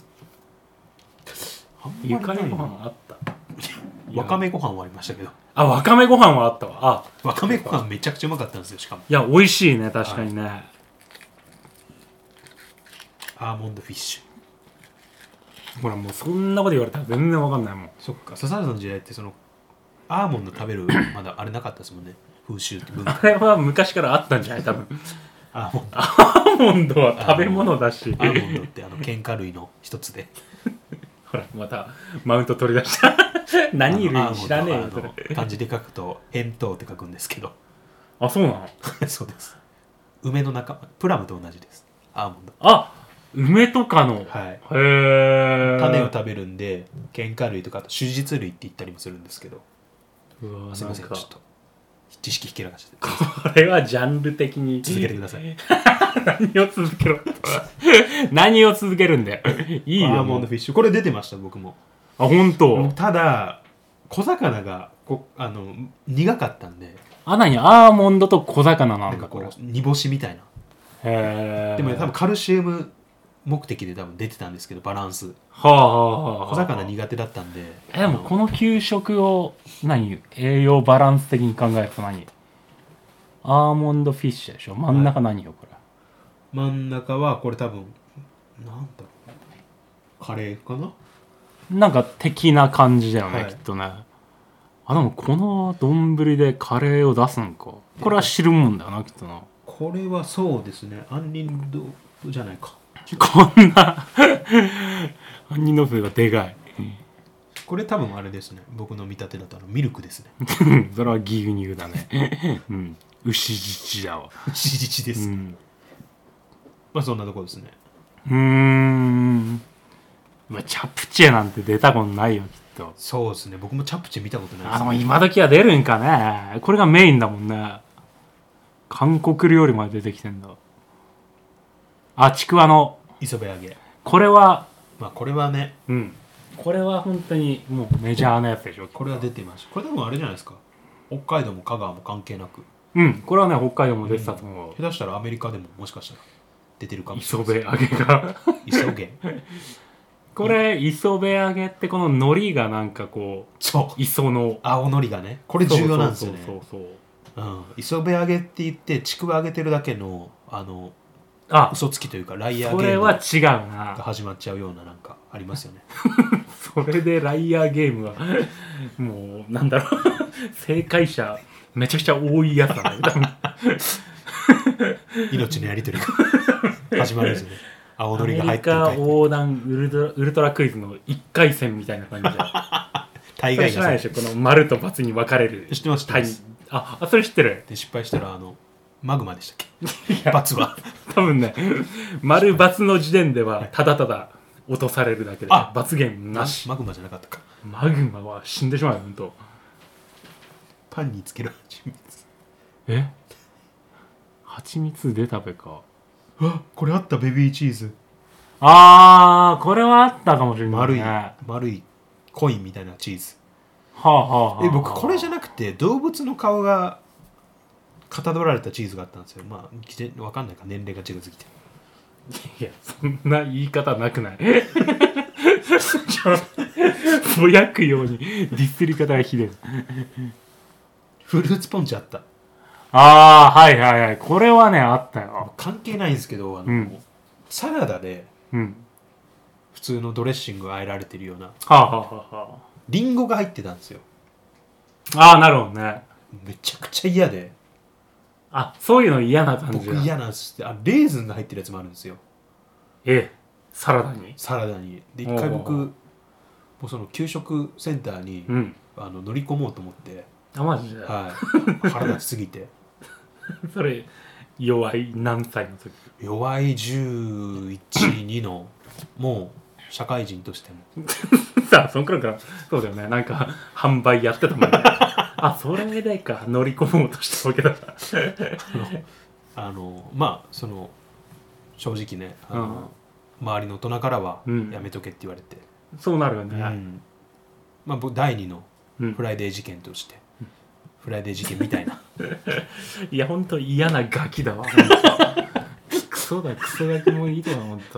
ゆかりご飯あった。 わかめご飯はありましたけど、 わかめご飯はあったわ。 わかめご飯めちゃくちゃうまかったんですよ。しかもいや美味しいね、確かにね。 アーモンドフィッシュ。 ほらもうそんなこと言われたら全然わかんないもん。 そっか、笹原さんの時代ってそのアーモンド食べるまだあれなかったですもんね、風習って文化。 あれは昔からあったんじゃない多分。 アーモンドアーモンドは食べ物だし。 アーモンドって喧嘩類の一つで、 ほらまたマウント取り出した何類知らねえよそれ。 漢字で書くと扁桃って書くんですけどそうなの？ そうです。梅の仲間、プラムと同じです、アーモンド。 梅とかの、 はい、 へえ。 種を食べるんで喧嘩類とかあと手術類って言ったりもするんですけど、 うわすいません、 なんかちょっと知識ひけらかしてこれはジャンル的に続けてください。 何を続けろ何を続けるんだよ。いいよ。 アーモンドフィッシュ、これ出てました僕も。 本当。 ただ小魚が苦かったんで、 何アーモンドと小魚なんだこれ。 煮干しみたいな。 へえ。 でも多分カルシウム目的で多分出てたんですけど、バランス。 小魚苦手だったんで。 でもこの給食を栄養バランス的に考えるとアーモンドフィッシュでしょ。真ん中何よこれ。 真ん中はこれ多分なんだろう、カレーかな。 なんか的な感じだよね、 はいきっとね。でもこの丼でカレーを出すんか。これは知るもんだよなきっとな。 これはそうですね、杏仁豆腐じゃないか。 こんな杏仁豆腐がでかい。 これ多分あれですね、僕の見立てだとミルクですね。 それは牛乳だね。牛乳だわ。 牛乳です、まあそんなとこですね。 チャプチェなんて出たことないよきっと。 そうですね、僕もチャプチェ見たことないです、ね。 今時は出るんかね。これがメインだもんね。韓国料理まで出てきてんだ。ちくわの磯辺揚げ。 これはまあこれはね、 これは本当にもうメジャーなやつでしょ。 これは出てました。これ多分あれじゃないですか、 北海道も香川も関係なく、 これはね北海道も出てたと思う、 下手したらアメリカでももしかしたら出てるかもしれ磯ない辺揚げが磯辺これ磯辺揚げってこの海苔がなんかこうそう磯の青のりがねこれ重要なんですよね。 そう磯辺揚げって言ってちくわ揚げてるだけのあ嘘つきというかライアーそゲームれは違うがな始まっちゃうようななんかありますよねそれでライアーゲームはもうなんだろう正解者めちゃくちゃ多いやつだね多分命のやり取りが始まるんですよね。青のりが入アメリカってる回横断ウルトラクイズの1回戦みたいな感じで大概それ知らないでしょこの丸と×に分かれる知ってます知ってますそれ知ってるで失敗したらマグマでしたっけ罰は多分ね丸×の時点ではただただ落とされるだけで罰ゲームなしマグマじゃなかったか。 マグマは死んでしまうよほんとパンにつける蜂蜜。 蜂蜜で食べかこれあったベビーチーズこれはあったかもしれないね丸いコインみたいなチーズ。僕これじゃなくて動物の顔がかたどられたチーズがあったんですよ。まあわかんないか年齢が違うすぎて。 いやそんな言い方なくないぼやくようにディスり方がひどいフルーツポンチあった。 はいこれはねあったよ関係ないんですけどサラダで普通のドレッシングがあえられてるようなリンゴが入ってたんですよ。 なるほどね。 めちゃくちゃ嫌でそういうの嫌な感じ僕嫌なんですって。レーズンが入ってるやつもあるんですよサラダにで一回僕もうその給食センターに乗り込もうと思ってマジで腹立ちすぎてそれ弱い何歳の時弱い11、2のもう社会人としてもそんくらいからそうだよねなんか販売やってたもんねそれでか乗り込もうとしたわけだまあその正直ね周りの大人からはやめとけって言われて、 そうなるよね、 まあ僕第2のフライデー事件として、フライデー事件みたいないやほんと嫌なガキだわクソガキもいいとは思った。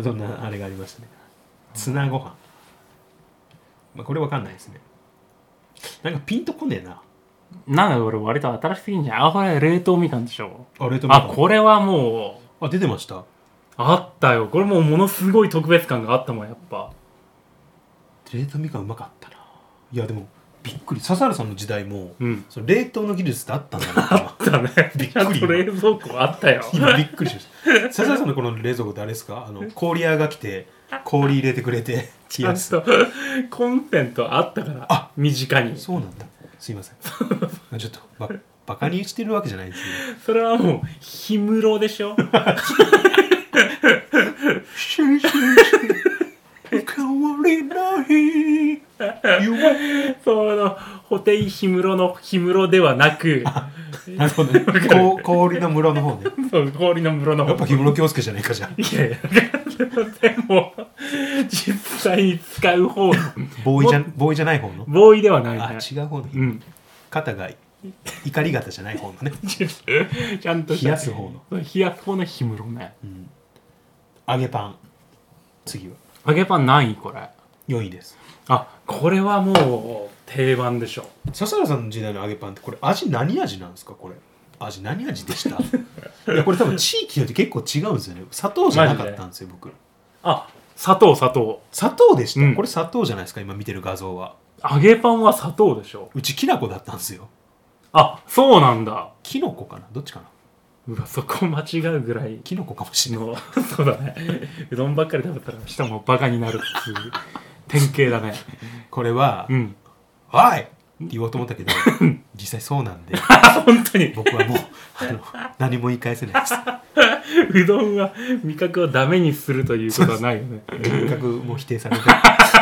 そんなあれがありましたね。ツナご飯、これわかんないですね。なんかピンとこねえな。 なんか俺割と新しすぎんじゃん。これ冷凍みかんでしょ。 冷凍みかん。 これはもう出てました。 あったよ。これもうものすごい特別感があったもんやっぱ。 冷凍みかんうまかったな。いやでもびっくり。笹原さんの時代も、その冷凍の技術ってあったんだな。 あったね。 びっくり。 冷蔵庫あったよ。 今びっくりしました。笹原さんのこの冷蔵庫ってあれですか？氷屋が来て氷入れてくれてちゃんとコンセントあったから身近に。 そうなんだ。すいません。ちょっとバカにしてるわけじゃないんですけど。 それはもう氷室でしょ。変わりないそのホテイヒムロの氷室ではなくなるほどね。氷の室の方ね。 そう氷の室の方。 やっぱ氷室京介じゃないかじゃん。 いやでも実際に使う方のボーイじゃない方のボーイではないね。 違う方の、肩が怒り肩じゃない方のね。 ちゃんと冷やす方の冷やす方の氷室ね。 揚げパン。次は揚げパン何位これ ？4位です。 これはもう定番でしょ。 笹原さんの時代の揚げパンってこれ何味なんですか？これ味何味でした？いやこれ多分地域によって結構違うんですよね。砂糖じゃなかったんですよ僕。 砂糖でした、これ砂糖じゃないですか今見てる画像は。 揚げパンは砂糖でしょ。 うちきな粉だったんですよ。 そうなんだ。 きのこかなどっちかな。 そこ間違うぐらいきのこかもしれない。 そうだね。うどんばっかり食べたら舌もバカになるっていう典型だね。 これははいって言おうと思ったけど実際そうなんで本当に僕はもう何も言い返せないです。 うどんは味覚をダメにするということはないよね。 味覚も否定されて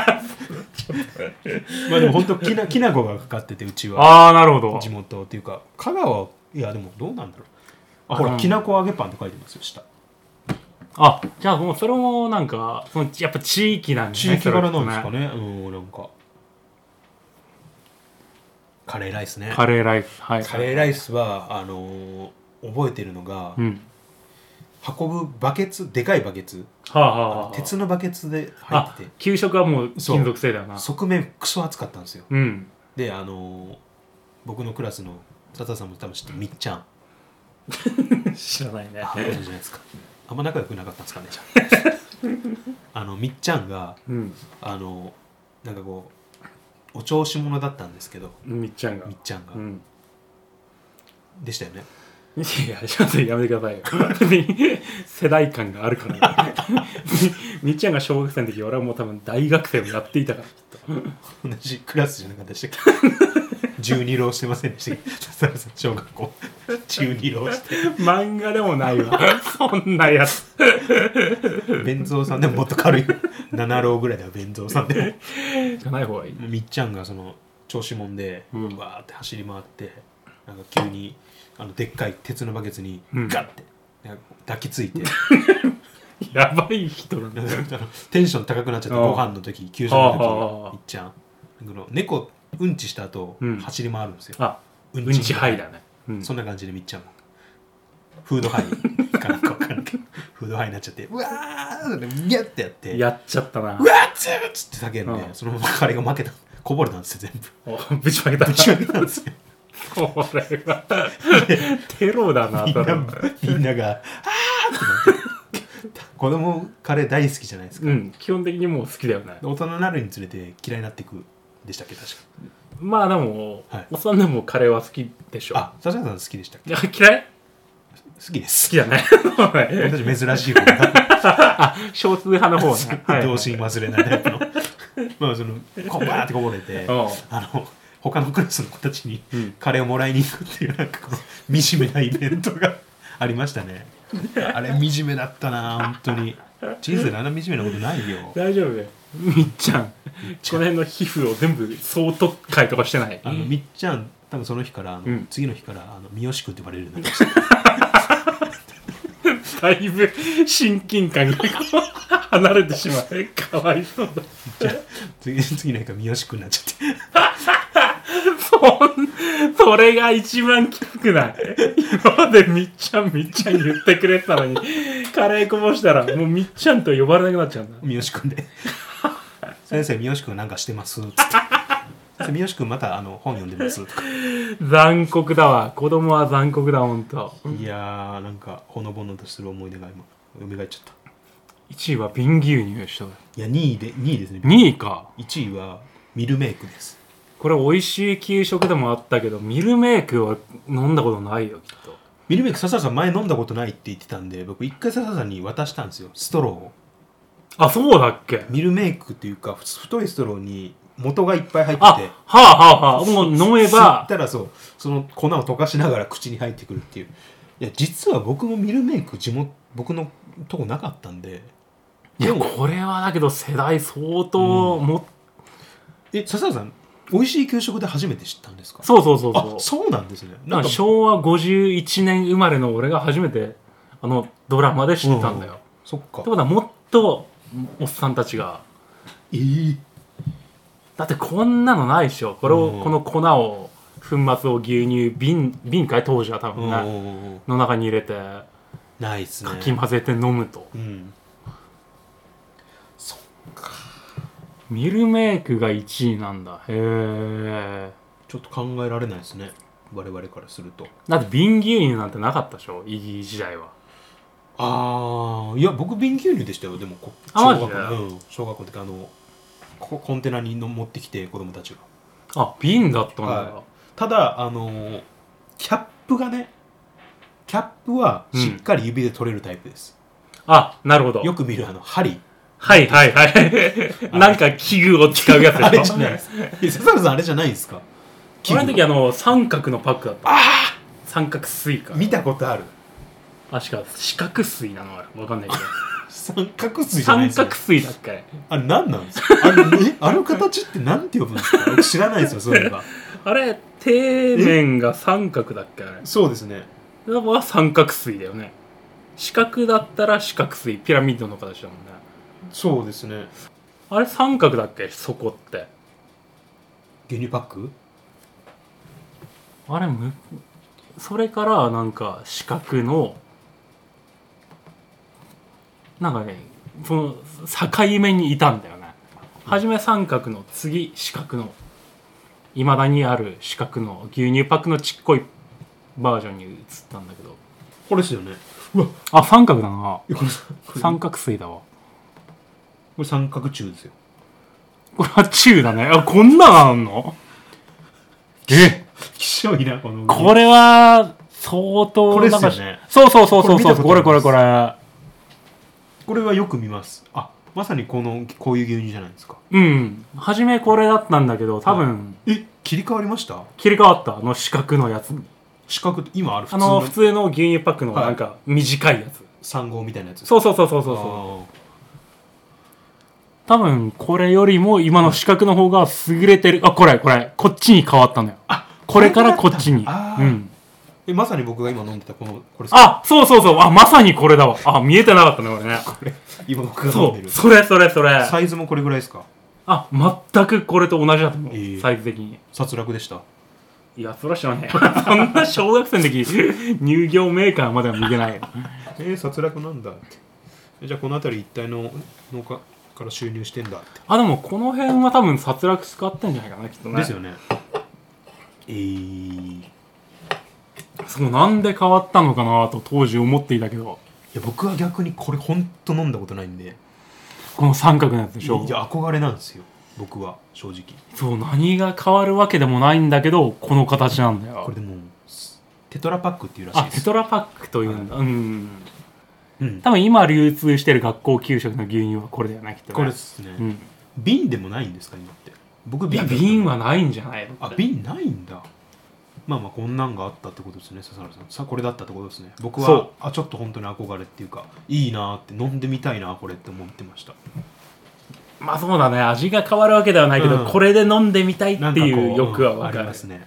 まあでも本当きな粉がかかっててうちはなるほど。 地元っていうか香川いやでもどうなんだろう。ほらきな粉揚げパンって書いてますよ下。 じゃあもうそれもなんかそのやっぱ地域なんですね。 地域柄なんですかね。なんかカレーライスね。 カレーライス、はい、 カレーライスは覚えてるのが、 うん、 運ぶバケツ、でかいバケツ、 はあはあはあ、 鉄のバケツで入ってて、 給食はもう金属製だよな。 側面クソ熱かったんですよ。 うん、 で僕のクラスの佐藤さんも多分知ってるみっちゃん知らないね。 そうじゃないですか。あんま仲良くなかったんですかね、じゃあみっちゃんがうん、 なんかこうお調子者だったんですけど、 みっちゃんが、 みっちゃんが、 うん、 でしたよね。 いや、ちょっとやめてくださいよ。世代間があるからみっちゃんが小学生の時、俺はもう多分大学生をやっていたから、きっと。 同じクラスじゃなかったでしたっけ12浪してませんでしたっけ佐々さん小学校12浪して漫画でもないわそんなやつ。 弁蔵さんでももっと軽い7浪ぐらいでは弁蔵さんでもじゃない方がいい。 みっちゃんがその調子もんで、 うん、 わーって走り回ってなんか急にでっかい鉄のバケツにガッて、抱きついてやばい人なんだよ。 テンション高くなっちゃって、ご飯の時給食の時みっちゃん猫うんちした後、走り回るんですよ。 あ、うんちハイだね、 うん、そんな感じでみっちゃんもフードハイかなんか分からんけどフードハイになっちゃってうわーってギャッてやってやっちゃったな。 うわーっつって叫んで、そのままカレーが負けた、こぼれたんですよ、全部ぶちまけた。 ぶちまけたんですよこれはテロだな。 みんながあーってなって子供カレー大好きじゃないですか、 うん、基本的にもう好きだよね。 大人になるにつれて嫌いになっていくでしたっけ、確か。 まあでも、 はい、 おっさんでもカレーは好きでしょ。 あ、笹川さん好きでしたっけ。 いや、嫌い？ 好きです。 好きだね私珍しい方が少数派の方ね童心忘れないタイプのまあそのバーってこぼれて他のクラスの子たちにカレーをもらいに行くっていうなんかこの惨めなイベントがありましたね。あれ惨めだったな本当に。人生であんな惨めなことないよ。 大丈夫だよみっちゃん。この辺の皮膚を全部総特会とかしてない？ みっちゃん多分その日から次の日から三好君って呼ばれるようになりましただいぶ親近感が離れてしまう。かわいそうだ。 じゃあ次の日から三好君になっちゃってそれが一番きつくない？今までみっちゃん言ってくれてたのにカレーこぼしたらもうみっちゃんと呼ばれなくなっちゃうんだ。 三好君で先生三好君なんかしてますっつって三好君また本読んでますとか。 残酷だわ。子供は残酷だほんと。 いやーなんかほのぼのとする思い出が今蘇っちゃった。 1位は瓶牛乳でした。いや2位ですね。 2位か。 1位はミルメイクです。 これ美味しい給食でもあったけどミルメイクは飲んだことないよきっと。 ミルメイク笹さん前飲んだことないって言ってたんで僕一回笹さんに渡したんですよ、ストローを。 あ、そうだっけ。 ミルメイクっていうか太いストローに元がいっぱい入ってて、 はあはあはあ、もう飲めば吸ったらその粉を溶かしながら口に入ってくるっていう。いや実は僕もミルメイク僕のとこなかったんで。 いやこれはだけど世代相当笹田さん美味しい給食で初めて知ったんですか。 そうあ、そうなんですね。 なんか昭和51年生まれの俺が初めてドラマで知ったんだよ、 そっか。 ってことはもっとおっさんたちがだってこんなのないでしょ。この粉を粉末を牛乳瓶かい当時は多分ねの中に入れてないっすね。 かき混ぜて飲むと、 そっか。 ミルメイクが1位なんだ。へえ。 ちょっと考えられないですね我々からすると。 だって瓶牛乳なんてなかったでしょイギー時代は。 いや僕瓶牛乳でしたよ。でもマジで？ 小学校の時コンテナに持ってきて子供たちが。 あ、瓶だったんだ、はい、 ただキャップはしっかり指で取れるタイプです、 あ、なるほど。 よく見る針。 はいなんか器具を使うやつでしょ。 あれじゃないです笹原さんあれじゃないんですか。 俺の時三角のパックだった。三角錐か。 見たことある。 しか四角錐なのわかんないけど三角錐じゃないですか。 三角錐だっけ。 あれ何なんですか。あの形ってなんて呼ぶんですか。僕知らないですよそういうのが。 あれ底面が三角だっけ。あれそうですね。 だから三角錐だよね。四角だったら四角錐、ピラミッドの形だもんね。 そうですね。 あれ三角だっけ、そこって。 牛乳パックあれそれからなんか四角のなんかねその境目にいたんだよね。初め三角の次四角のいまだにある四角の牛乳パックのちっこいバージョンに移ったんだけど、 これですよね。 あ三角だな。 これ三角錐だわ。 これ三角柱ですよ。 これは中だね。あこんなのあんの？ きしょいなこの。 これは相当これですよね。 そうこれこれはよく見ます。あまさにこういう牛乳じゃないですか。 うん初めこれだったんだけど多分、 切り替わりました？ 切り替わった。四角のやつに四角って今ある普通の牛乳パックのなんか短いやつ、 3号みたいなやつ。 そう多分これよりも今の四角の方が優れてる。あこれこっちに変わったのよ。これからこっちに。 まさに僕が今飲んでたこれ。 あそうあまさにこれだわ。あ見えてなかったね俺ね。 これ今僕が飲んでる。 それサイズもこれぐらいですか？ あ全くこれと同じだと思う、サイズ的に。 殺落でした。 いやそら知らねえそんな小学生の時乳業メーカーまでは見てないよ殺落なんだって。じゃあこの辺り一帯の農家から収入してんだって。 でもこの辺は多分殺落使ってんじゃないかなきっとね。 ですよね。 そうなんで変わったのかなと当時思っていたけど、 いや僕は逆にこれほんと飲んだことないんで。 この三角のやつでしょ。 いや憧れなんですよ僕は正直。 そう何が変わるわけでもないんだけどこの形なんだよ。 これでもテトラパックっていうらしいです。 テトラパックというんだ、多分今流通してる学校給食の牛乳はこれだよねきっとね。 これですね、瓶でもないんですか今って。僕瓶はないんじゃないの。 瓶ないんだ。まあこんなんがあったってことですね。笹原さんこれだったってことですね。僕はちょっと本当に憧れっていうかいいなって飲んでみたいなこれって思ってました。 まあそうだね味が変わるわけではないけど、これで飲んでみたいっていう欲は分かる、 ありますね。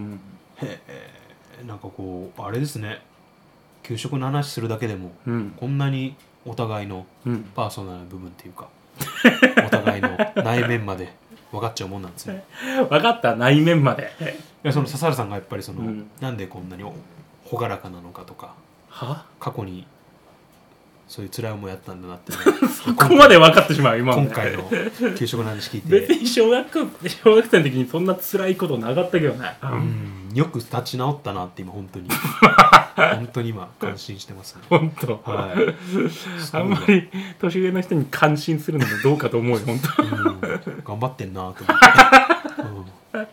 なんかこうあれですね。給食の話するだけでも、こんなにお互いのパーソナルな部分っていうか、お互いの内面まで分かっちゃうもんなんですね。 分かった内面まで。 いやその笹原さんがやっぱりなんでこんなに朗らかなのかとか、過去にそういう辛い思いやったんだなって、 そこまで分かってしまう今回の給食の話聞いて。 別に小学生の時にそんな辛いことなかったけどね。 よく立ち直ったなって今本当に今感心してますね。 本当。あんまり年上の人に感心するのもどうかと思うよ本当。 頑張ってんなと思って、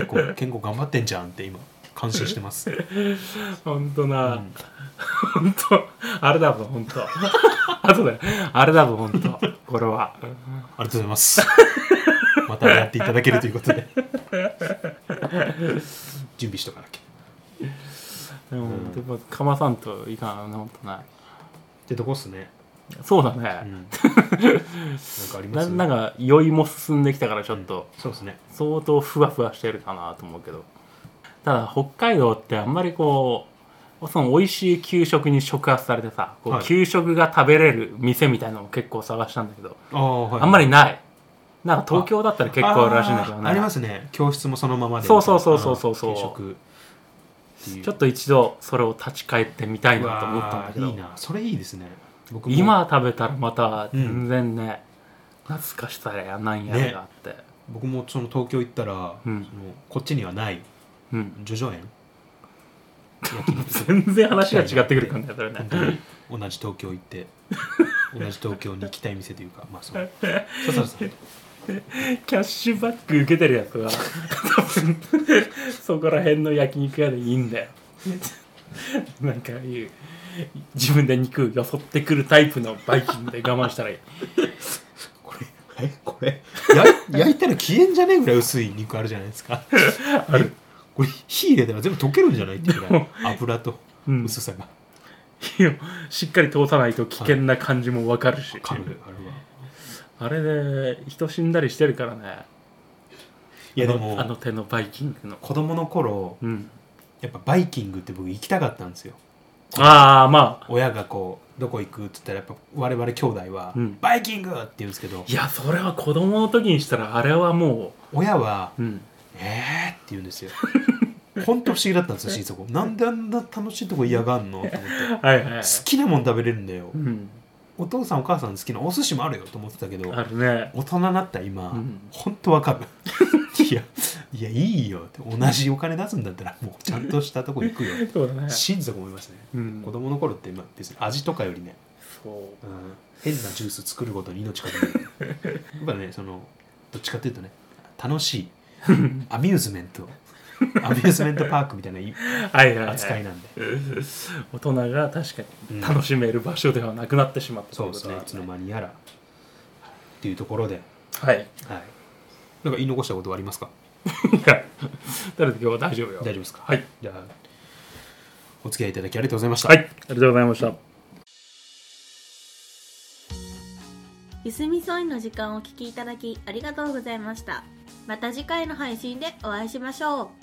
結構頑張ってんじゃんって今感心してます。 本当な、本当あれだぞ本当。あとであれだぞ本当これは。 ありがとうございます。またやっていただけるということで準備しとかなきゃ。 でもかまさんといかんな本当なってとこっすね。 そうだね、 なんかあります？ なんか酔いも進んできたからちょっと、 そうですね相当ふわふわしてるかなと思うけど、ただ北海道ってあんまりその美味しい給食に触発されてさ、給食が食べれる店みたいなのを結構探したんだけど、あんまりない。なんか東京だったら結構あるらしいんだけどね。 ありますね。教室もそのままで。 そう給食ちょっと一度それを立ち返ってみたいなと思ったんだけど。 いいな、それいいですね。僕も今食べたらまた全然ね、懐かしさやなんやらがあって、 僕もその東京行ったら、こっちにはない叙々苑、 全然話が違ってくる感じだったよね。 同じ東京行って同じ東京に行きたい店というか、まあそう笹原さんキャッシュバック受けてるやつは多分そこら辺の焼肉屋でいいんだよ。なんかいう自分で肉よそってくるタイプのバイキングで我慢したらいい。 これ焼いたら消えんじゃねえぐらい薄い肉あるじゃないですか。 ある。 これ火入れたら全部溶けるんじゃないっていうぐらい油と薄さが、 火をしっかり通さないと危険な感じも分かるし、あれで人死んだりしてるからね。 いやでもあの手のバイキングの子供の頃、やっぱバイキングって僕行きたかったんですよ。 ああまあ親がどこ行くって言ったらやっぱ我々兄弟は、バイキングって言うんですけど、 いやそれは子供の時にしたらあれはもう親は、って言うんですよ。 本当不思議だったんですよ心底。なんであんな楽しいとこ嫌がんのと思ってはいはい、 好きなもん食べれるんだよ、 うん、 お父さんお母さん好きなお寿司もあるよと思ってたけど、 あるね。 大人になった今、 うん、 本当わかるいやいいよって同じお金出すんだったらもうちゃんとしたとこ行くよそうだね。 心底思いますね、 うん、 子供の頃って別に味とかよりね、 そう、 変なジュース作ることに命かけてるやっぱねどっちかっていうとね楽しいアミューズメントパークみたいな扱いなんで、 大人が確かに楽しめる場所ではなくなってしまった、 そうですね、いつの間にやらっていうところで、 はい、 はい、なんか言い残したことはありますか？ 誰で今日は大丈夫よ。 大丈夫ですか？ はい。 じゃあお付き合いいただきありがとうございました。 はい、ありがとうございました。 ゆすみそいの時間をお聞きいただきありがとうございました。また次回の配信でお会いしましょう。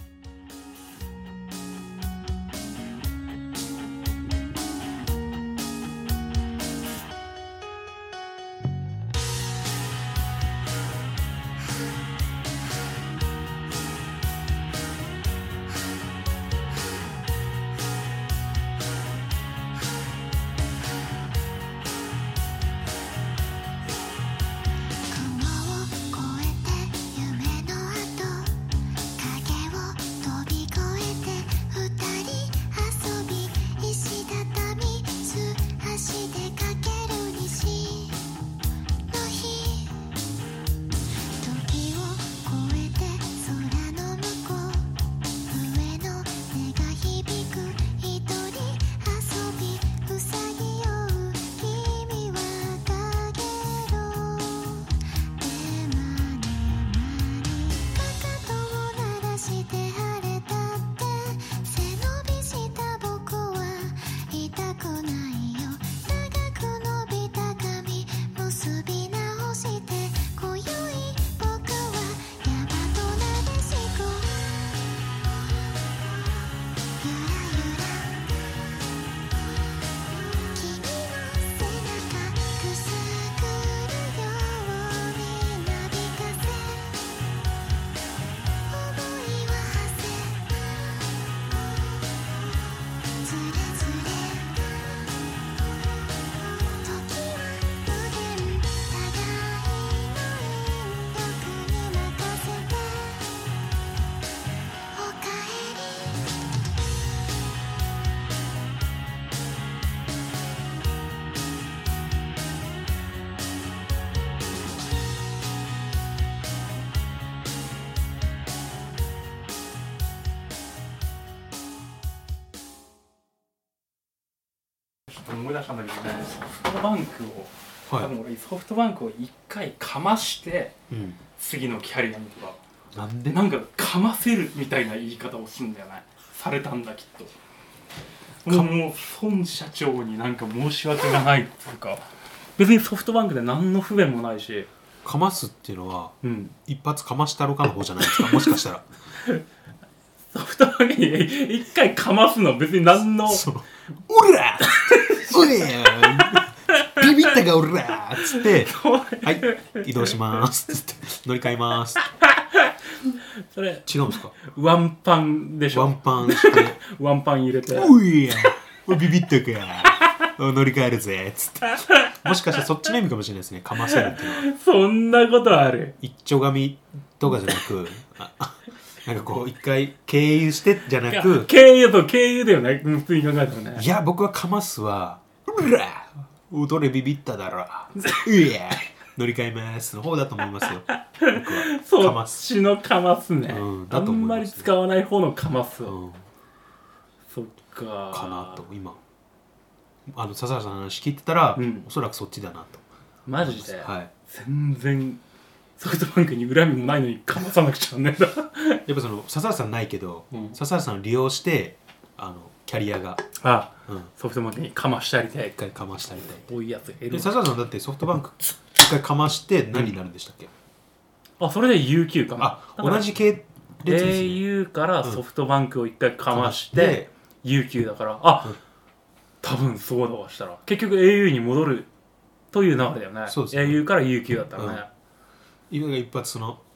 思い出したんだけどね、ソフトバンクを、 はい、 多分俺ソフトバンクを一回かまして、 うん、 次のキャリアにとかなんでなんかかませるみたいな言い方をするんだよね。されたんだきっと。もう孫社長になんか申し訳がないっていうか、別にソフトバンクで何の不便もないし。 かますっていうのは、 うん、 一発かましたろかの方じゃないですかもしかしたらソフトバンクに一回かますの別に何のおらおいビビったかおらっつってはい移動しますっつって乗り換えますそれ違うんですか？ ワンパンでしょ。 ワンパンしてワンパン入れておいやビビったか乗り換えるぜっつってもしかしたらそっちの意味かもしれないですね、かませるっていうのは。 そんなことある？ 一丁紙とかじゃなくなんかこう一回経由してじゃなく経由だよね、普通に考えたらね。 いや僕はかますはうら踊れビビっただろいや乗り換えますの方だと思いますよ僕は。 そっちのかますね、 うん、 あんまり使わない方のかますを、 うん、 そっかかなと今笹原さんの話聞いてたら、うん、おそらくそっちだなと。 マジで、 はい、 全然ソフトバンクに恨みもないのにかまさなくちゃねえんだやっぱ笹原さんないけど、うん、笹原さんを利用してキャリアがうん、ソフトバンクにかましたりたい、 一回かましたりたい多いやつで笹原さんだってソフトバンク一回かまして何になるんでしたっけ？ それで UQ かな。 同じ系列ですね。 au からソフトバンクを一回かまして、UQ だから多分そうだわ。したら結局 au に戻るという流れだよね。 そうですね。 au から UQ だったらね、 今が一発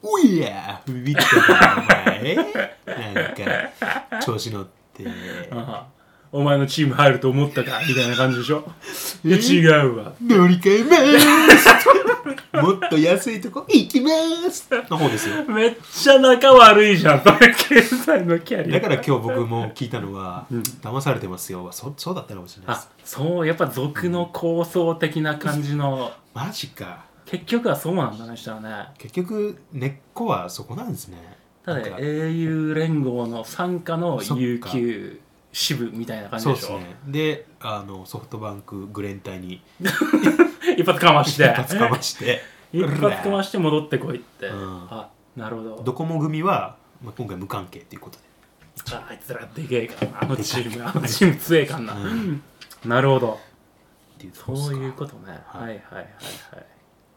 おいやビビったかお前なんか調子乗ってああお前のチーム入ると思ったかみたいな感じでしょ。いや違うわ。 乗り換えますもっと安いとこ行きますの方ですよ。 めっちゃ仲悪いじゃん、それ経済のキャリア。 だから今日僕も聞いたのは、騙されてますよ。そうだったかもしれないであす。 そうやっぱ俗の構想的な感じの、 マジか。 結局はそうなんだね、したらね。 結局根っこはそこなんですね。 ただなんか英雄連合の傘下の有給支部みたいな感じでしょ。 そうですね。でソフトバンクグレン隊に一発かまして一発かまして一発かまして戻ってこいって、 うんあなるほど。 ドコモ組は、今回無関係ということで。 あいつらでけえからな、あのチーム強えかんな、なるほど、 っていうとこそうですかいうことね、 はいはいはいはいはい。